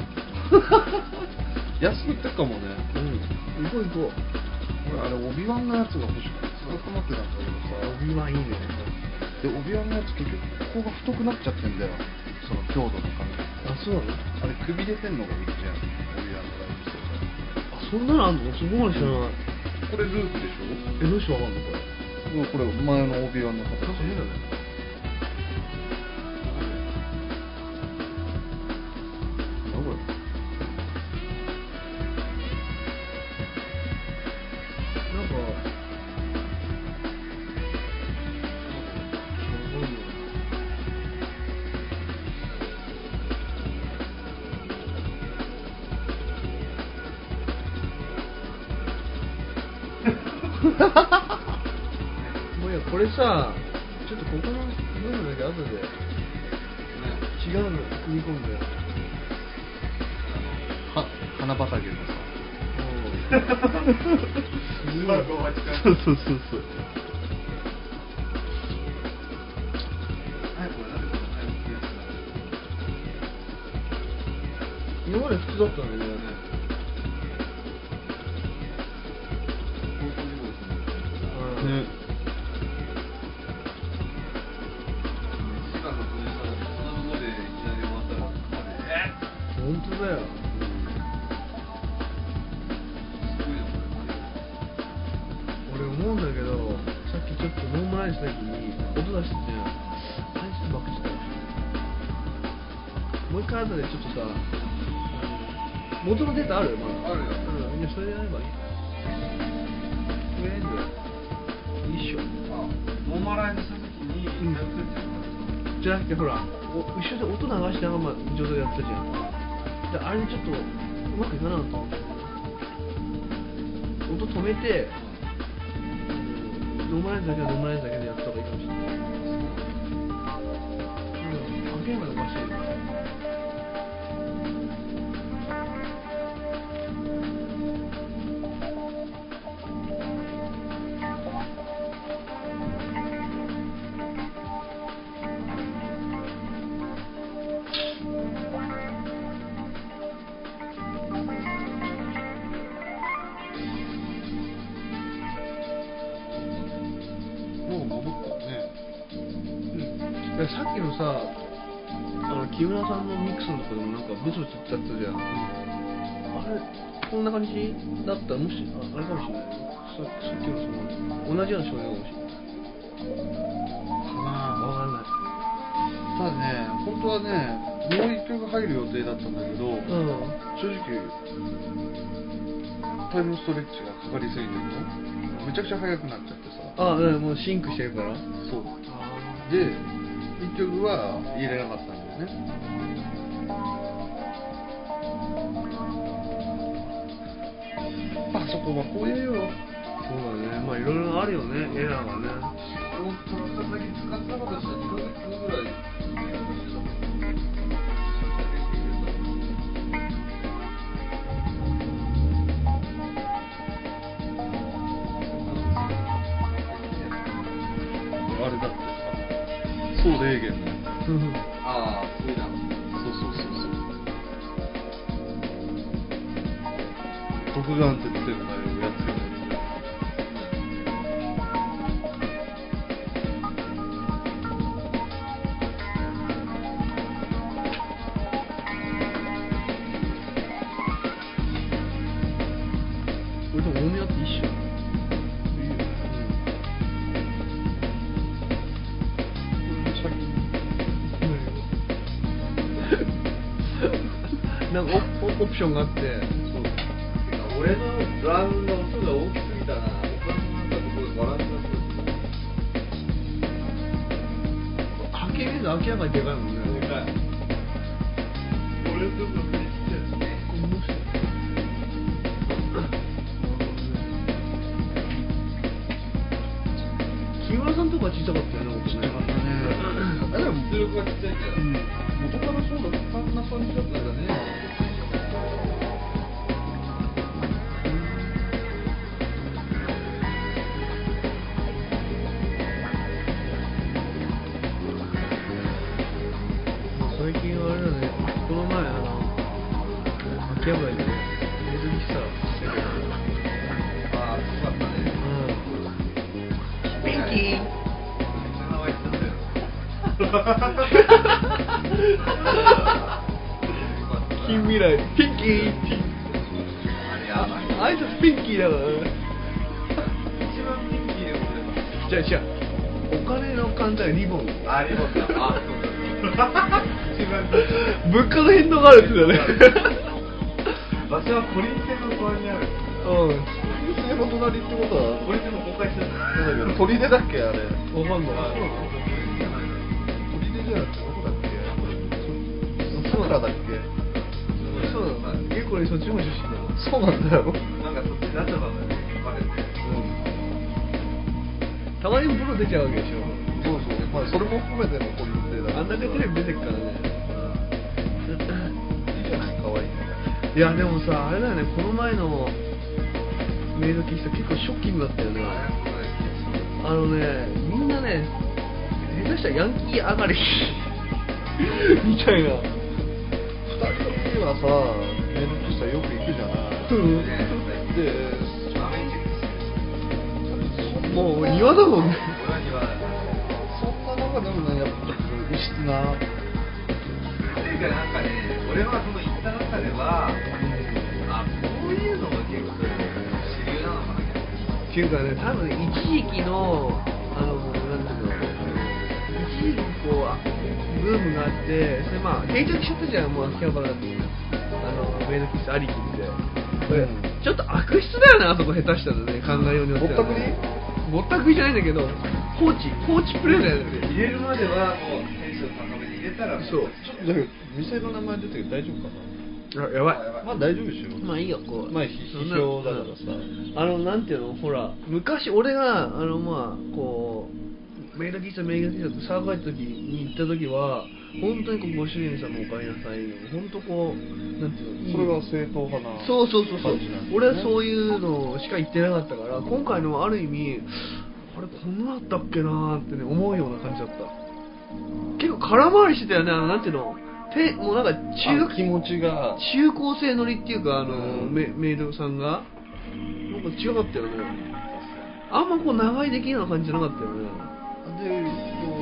安く売ってるかもね。 うん。行こう行こう。 俺あれ帯ワンのやつが欲しくてずっと待ってたんだけどさ。 帯はいいね。 で帯ワンのやつ結局ここが太くなっちゃってんだよ。その強度の感じ。 あ、そうなの？ あれ首出てんのがいいじゃん。帯ワンのライブしてあ、そんなのあんの？そこまで知らない。 これループでしょ。 どうしてわかんのこれ？ これ前の帯ワンの形。 なんか変だね。なんだこれ？なんかもういや、これさ、ちょっとここの部分だけ後で違うの組み込んで。 花畑のさ。 すごいこう待ちかそうそうそうそう。 はいこれなんでこんな早く出てき今まで普通だったんだよね。 たの？放送事故ですね。 ね。 1時間のポジションでそんなところでいきなり終わったら本当だよ。 すごいよこれ。 俺思うんだけど、さっきちょっとノーマライズした時に音出してて、あれちょっとバクってたわ。もう一回後でちょっとさ、元のデータある？まだあるようん、じゃあそれでやればいい。とりあえずいいっしょ。 ノーマライズした時にやってっていうかじゃなくてほら、後ろで音流しながら状態でやったじゃん。であれでちょっとうまくいかなかった。音止めて、ノーマライズだけはノーマライズだけでやった方がいいかもしれない。 でさっきのさ木村さんのミックスのとこでもなんかブツブツ言っちゃったじゃん。あれこんな感じだったらもしあれかもしれない。さっきのその同じような症状かもしれない。わかんない。 ただね、本当はね、もう一曲入る予定だったんだけど、正直タイムストレッチがかかりすぎてるのめちゃくちゃ速くなっちゃってさ。 もうシンクしてるから。 そうで、一曲は入れなかったんだよね。あそこは怖えよ。 そうだね、まあいろいろあるよね、エラーがね。 もうトラック先使ってなかったし、2ヶ月ぐらいあれだってさ、そう霊言のああ、そういうの。 そう独眼って言ってるんだよ、やってるんだよ。 これとも大宮って一緒。なんかオプションがあって、 そう。てか俺のドラムの音が大きすぎたな。他のなんかところでバランスがす波形見ると明らかにでかいもんね。 でかい。俺のところめっちゃちっちゃいね。 木村さんとか小さかったよね、音ね。 あれは出力がちっちゃいけど。 元からそうだったんな感じだったんだね。 最近はあれだね、この前秋葉原で水着さ、 ああ、そうだったね。 ピンキー名前言ってたよ。 近未来ピンキーあれやばい。 あいつピンキーだからね。 一番ピンキーでもじゃあお金の簡単リボン。 あ、リボンだ。あ、そうそうそう。一番ピンキー。 物価の変動があるって言ってたね。 場所はコリン星の隣にある。 水星の隣ってことはコリン星も公開してる。 なんだっけ、砦だっけあれ。 わかんない。 あ、そうなの？じゃないの。 砦じゃなくてどこだっけ？ そう桜だっけ？ そうなの。結構そっちも出身だよ。 そうなんだよ。 なんかそっちになっちゃったんだよね。バレて。 たまにプロ出ちゃうわけでしょ。 そうそう。まあそれも含めてのコリン星だ。 あんだけテレビ出てっからね。 いいじゃない、可愛い。 いやでもさ、あれだよね、この前のメイド喫茶結構ショッキングだったよね。みんなね、下手したらヤンキー上がりみたいな。 2人はさ、メイド喫茶よく行くじゃない。で、 もう庭だもんね。 俺は庭だ。 そんな中でもね、やっぱちょっと異質な。 っていうかなんかね、俺はその行った中では、あ、こういうのが結構主流なのかな。 っていうかね、多分一時期のなんていうの、一時期こうブームがあって、それまあ定着しちゃったじゃん、もう秋葉原にメイド喫茶ありきって。これちょっと悪質だよね、あそこ下手したらね、考えようによっては、ね。ぼったくりじゃないんだけど、放置プレイだよね。 入れるまではもうテンション高めに入れたらもう。 そう。 ちょっとだけど、店の名前出てるけど大丈夫かな。 やばい。 まあ大丈夫でしょ。 まあいいよ、こう。 まあ批評だからさ。 なんていうの、ほら、昔俺がまあこうメイド喫茶って騒がれた時に行った時は、本当にこうご主人様お帰りなさいの、本当こうなんていうの、いい。 それが正統派な。 そう。 ね、 俺はそういうのしか言ってなかったから、今回のある意味、あれこんなだったっけなーってね思うような感じだった。結構空回りしてたよね、なんていうの。もうなんか気持ちが中高生乗りっていうかメイドさんがなんか違かったよね。あんまこう長居できるような感じじゃなかったよね。 でこう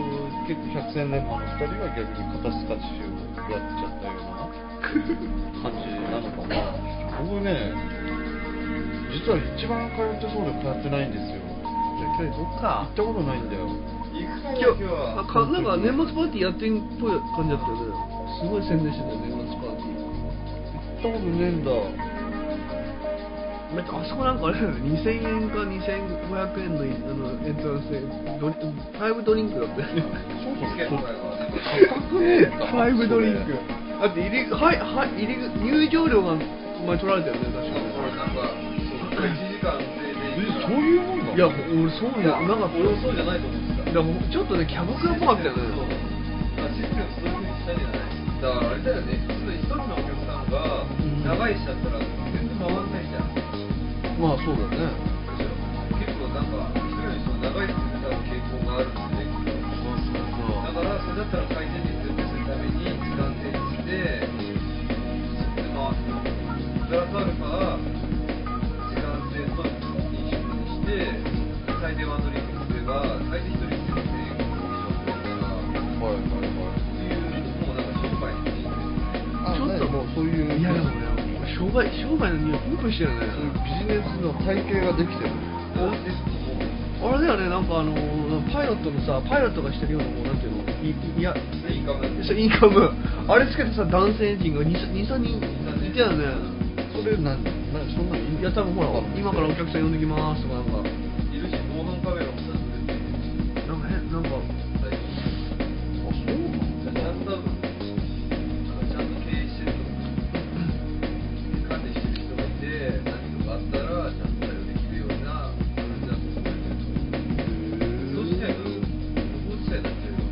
結構百戦錬磨の2人は逆に肩透かしをやっちゃったような感じなのかな。僕ね、実は一番通ってそうで通ってないんですよ。 じゃあ今日行こっか。 行ったことないんだよ。 行くかな今日今日は。 なんか年末パーティーやってんっぽい感じだったよね。すごい宣伝してたよ、年末パーティー。 行ったことねえんだ。 だってあそこなんかあれだよね、2000円か2500円のエントランスで5ドリンクだって。 そうそうチケット代はね高くねえか。 5ドリンク。だって入場料が前取られたよね、確かに。 これなんか1時間制でそういうもんなの？ いや、俺そういやなんか俺はそうじゃないと思ってた。 だからちょっとね、キャバクラっぽかったよね。 システムそういう風にしたんじゃない。だからあれだよね、普通一人のお客さんが長いしちゃったら全然回んないじゃん。 まあそうだね。 結構なんか一人の人が長いって言った傾向があるんで、だからそれだったら回転率を良くするために時間制にして回すの。プラスアルファ時間制と飲食にして最低ワンドリンクにすれば最低1人1000円以上くれるから、 はいはいはい。 っていうもうなんか商売にしていいんですよね。 あ、 ちょっともうそういう。 いやでもね、商売の匂いプンプンしてるよね。 そういうビジネスの体系ができてる。 あれだよね、なんかパイロットがしてるようなもうなんていうの、いやインカムインカムあれつけてさ、男性陣が 2,3 人いたよね。 それそんなのいいんいや多分ほら、今からお客さん呼んできますとかなんかいるし、防犯カメラもちゃんと出てる。 なんか最初あ、そうなんだ。 ちゃんと多分ちゃんと経営してると思う。管理してる人がいて、何とかあったらちゃんと対応できるような感じだと思う。そうしないと無法地帯になっちゃうよ。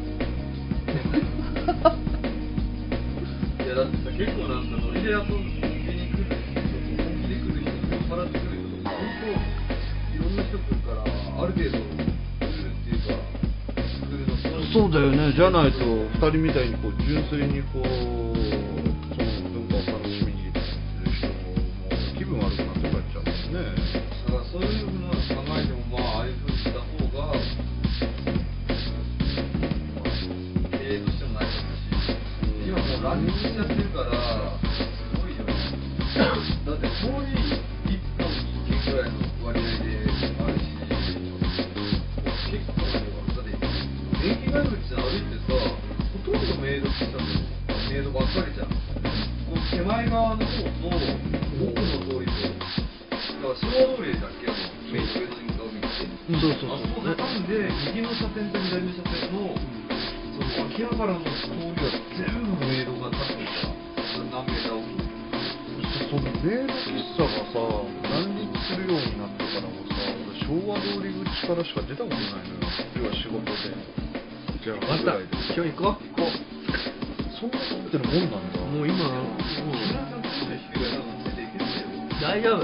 いやだってさ、結構なんかノリで遊びに来る人と本気で来る人と酔っ払ってくる人とか、本当いろんな人来るから、ある程度来るっていうか、来るのとそうだよね。じゃないと2人みたいにこう純粋にこうその文化を楽しみに来る人も気分悪くなって帰っちゃうもんね。 だからそういうのを考えても、まあ、ああいう風にした方が、経営としても成り立つし、今もう乱立しちゃってるから、すごいよ。だって通り1本に1軒ぐらいの割合であるし、結構だって電気街口歩いてさ、ほとんどメイドって言ったのメイドばっかりじゃん。この手前側の方と奥の通りと、だから昭和通りだっけ、メイドウェディングが見て、 そうあそこ挟んで右の車線と左の車線のその秋葉原の通りは全部メイドが立ってるから、何メーター大きい。 そのメイド喫茶がさ乱立するようになってからもさ、俺昭和通り口からしか出たことないのよ。要は仕事で。じゃあまた今日行こう。 そんなことってるもんなんだ。 もう今木村さんとして低いやつもついていけるんだよ。 大丈夫。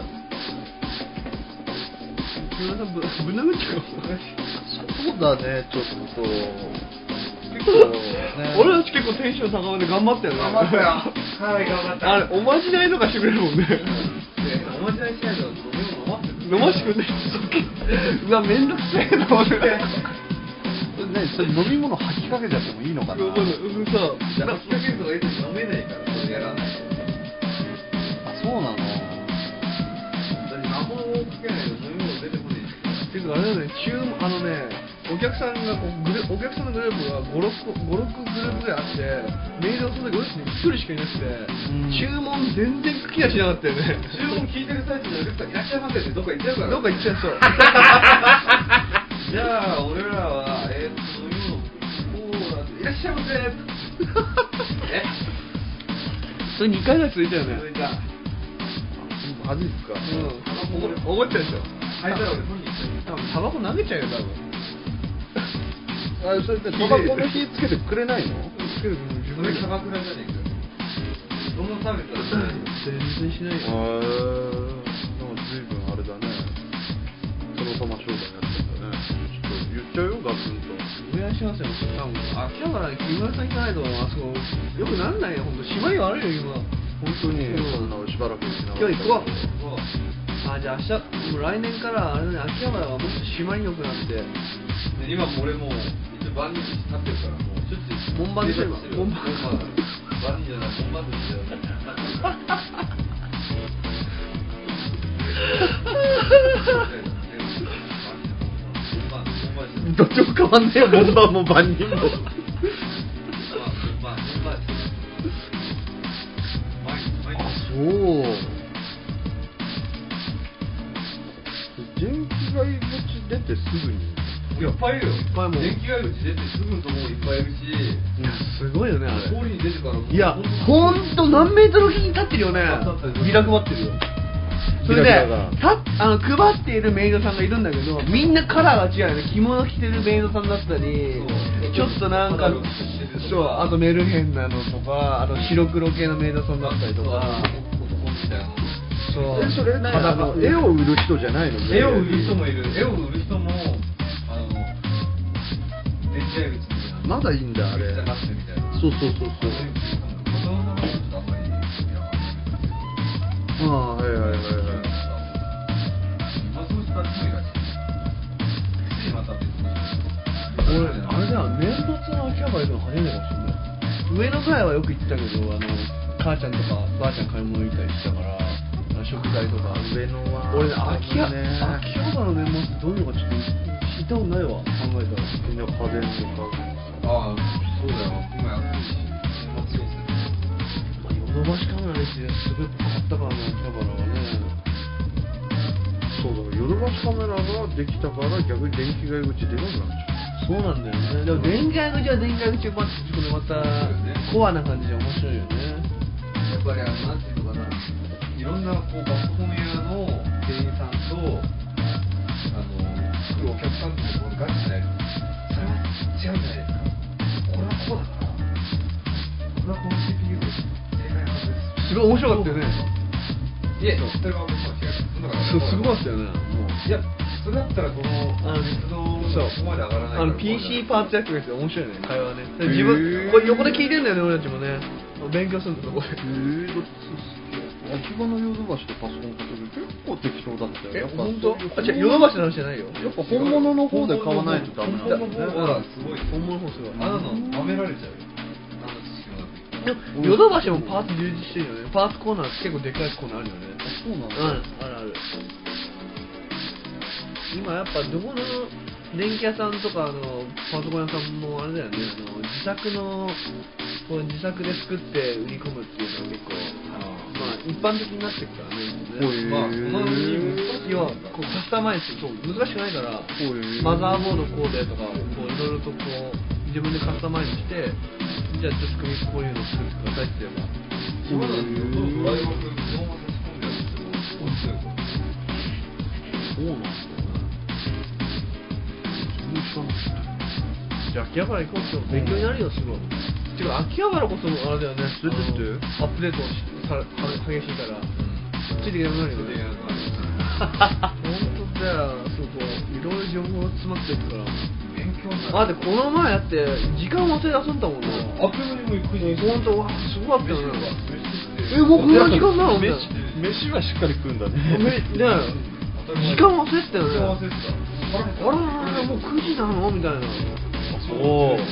木村さんぶん殴っちゃうよ。 そうだね、ちょっと結構ね。 俺たち結構テンション高めで頑張ったよね。 頑張ったよ。はい、頑張った。 あれおまじないとかしてくれるもんね。 おまじないしないと飲み物飲ませてくれる。 飲ましてくれる。うわ、めんどくせえな俺。 ね、それ飲み物吐きかけちゃってもいいのかな。 うん、そう。 なんか吹きかけるとかいつも飲めないから、それやらないと。 あ、そうなの。 だって魔法をかけないと飲み物出てこないし。 っていうかあれだね、お客さんがこうお客さんのグループが5、6グループぐらいあって、メールをその時俺たちに1人しかいなくて、注文全然クリアしなかったよね。 注文聞いてる最中にお客さんいらっしゃいませってどっか行っちゃうから。 どっか行っちゃいそう。 じゃあ俺らは飲み物コーラでいらっしゃいませ。 それ2回ぐらい続いたよね。 続いた。 マジっすか。 怒っちゃうでしょ。 入ったら俺取りに行っちゃう。 多分タバコ投げちゃうよ多分。 あ、それでタバコの火つけてくれないの？ つける自それキャバクラじゃねえかよ。そんなサービスはしないよ。 全然しないよ。 なんか随分あれだね。その玉商売やってんだね。ちょっと言っちゃうよ、ガツンと。 お願いしますよ。多分秋葉原に木村さん行かないとあそこよくなんないよ。本当締まり悪いよ今。 本当にそんなしばらくしな今日行こう。あ、じゃあ明日もう来年からあれだね、秋葉原はもっと締まりよくなって。 で今も俺も一応万人立ってるから、もうしょっちゅう。 門番でしょ今。門番。 万人じゃない、門番ですよ。 どっちも変わんねえよ、門番も万人も。そう。 電気街口出てすぐに。 いっぱいいるよ。 いっぱいもう電気街口出てすぐのとこいっぱいいるし。 いや、すごいよね、あれ。 通りに出てからもう。 いや、ほんと何メートルおきに立ってるよね。ビラ配ってるよ。それで、配っているメイドさんがいるんだけど、みんなカラーが違うよね。着物着てるメイドさんだったり、ちょっとなんか、そう、あとメルヘンなのとか、あと白黒系のメイドさんだったりとか。そう。 それ絵を売る人じゃないの？ 絵を売る人もいる。絵を売る人も、電気街口に。 まだいいんだ、あれ。そうそうそうそう。ああ、はいはいはいはい。 俺、あれだよ、年末の秋葉原行くの初めてかもしれない。上野ぐらいはよく行ってたけど、母ちゃんとかばあちゃん買い物行ったりしたから、食材とか。 上野は。 俺ね、秋葉原の年末ってどういうのかちょっと聞いたことないわ、考えたら。 みんな家電とか。 ああ、そうだよ。今安いし。 ヨドバシカメラにしてすごい買ったからね、秋葉原はね。 そうだ、ヨドバシカメラができたから逆に電気街口出なくなっちゃう。 そうなんだよね。でも電気街口は電気街口またコアな感じで面白いよね。 やっぱりなんていうのかな、いろんなこうバスコン屋の店員さんと来るお客さんとのガチなやつ、それは違うんじゃないですか。これはこうだから、これはこの CPU で正解なんです。 すごい面白かったよね。 いえ、それは僕は違う。 すごかったよね。もういや、それだったらこの鉄道ここまで上がらないから。 PC パーツやってるやつ面白いね、会話ね。自分これ横で聞いてんだよね、俺たちもね。勉強するんだそこで。 秋葉のヨドバシでパソコン買った時結構適当だったよ。 本当？あ、違う、ヨドバシの話じゃないよ。 やっぱ本物の方で買わないとダメなんだ。 本物の方がすごい。 本物の方すごい。 あなの舐められちゃうよ。 ヨドバシもパーツ充実してるよね。パーツコーナー結構でかいコーナーあるよね。 そうなんだ。 あるある。今やっぱどこの電気屋さんとかパソコン屋さんもあれだよね。自作で作って売り込むっていうのは結構一般的になってるからね。要はこうカスタマイズ、そう難しくないから、マザーボードこうでとかこういろいろとこう自分でカスタマイズして、じゃあちょっとこういうの作ってくださいって言えば。 今だってドライバーそのまま差し込んでやるけど、 そうなんだ。じゃあ秋葉原行こうと勉強になるよ、すごい。てか秋葉原こそあれだよね、アップデート激しいからついていけなくなるよね。本当だよ、そうこういろいろ情報詰まってるから勉強になる。 だってこの前だって時間忘れ出すんだもんね。 あっという間にもう9時。 本当わすごかったよね。もうこんな時間なのみたいな。 飯はしっかり食うんだね。 時間忘れてたよね。 忘れてた。 あれもう9時なのみたいな。 そう。 秋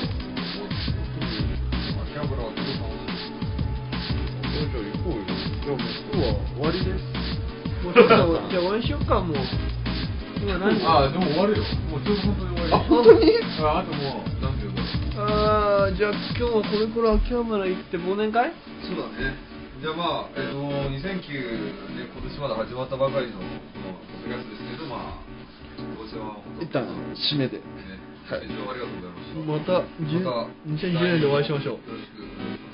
葉原はすごい楽しい。 じゃあ行こうよ。今日は終わりです。 じゃあ終わりにしよっかもう。今何？ でも終わるよ。もうちょうど本当に終わり。 本当に？ あともう何秒だろう。 じゃあ今日はこれから秋葉原行って忘年会？ そうだね。じゃあ2009年今年まだ始まったばかりのこのポッドキャストですけど、ご視聴一旦締めで。 はい、ありがとうございました。 また2010年でお会いしましょう。 よろしくお願いします。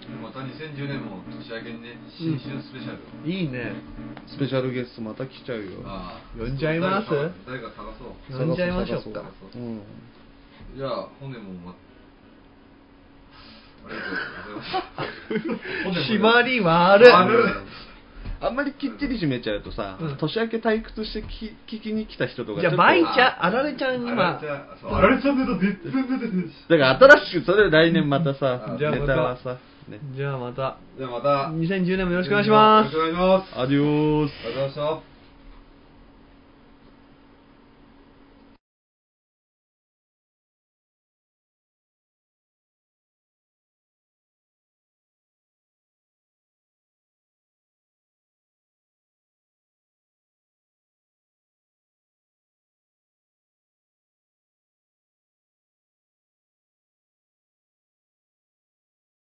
また2010年も年明けにね、新春スペシャル。 いいね。 スペシャルゲストまた来ちゃうよ。 呼んじゃいます？ 誰か探そう。 呼んじゃいましょうか。 じゃあ本年もありがとうございました。 締まり悪い。 あんまりきっちり締めちゃうとさ、年明け退屈して聞きに来た人とかじゃあバイちゃん、あられちゃん今あられちゃん出た、全然出てるし。 だから新しくそれ来年またさ、ネタはさ、 じゃあまた 2010年もよろしくお願いします。 よろしくお願いします。 アディオース。 ありがとうございました。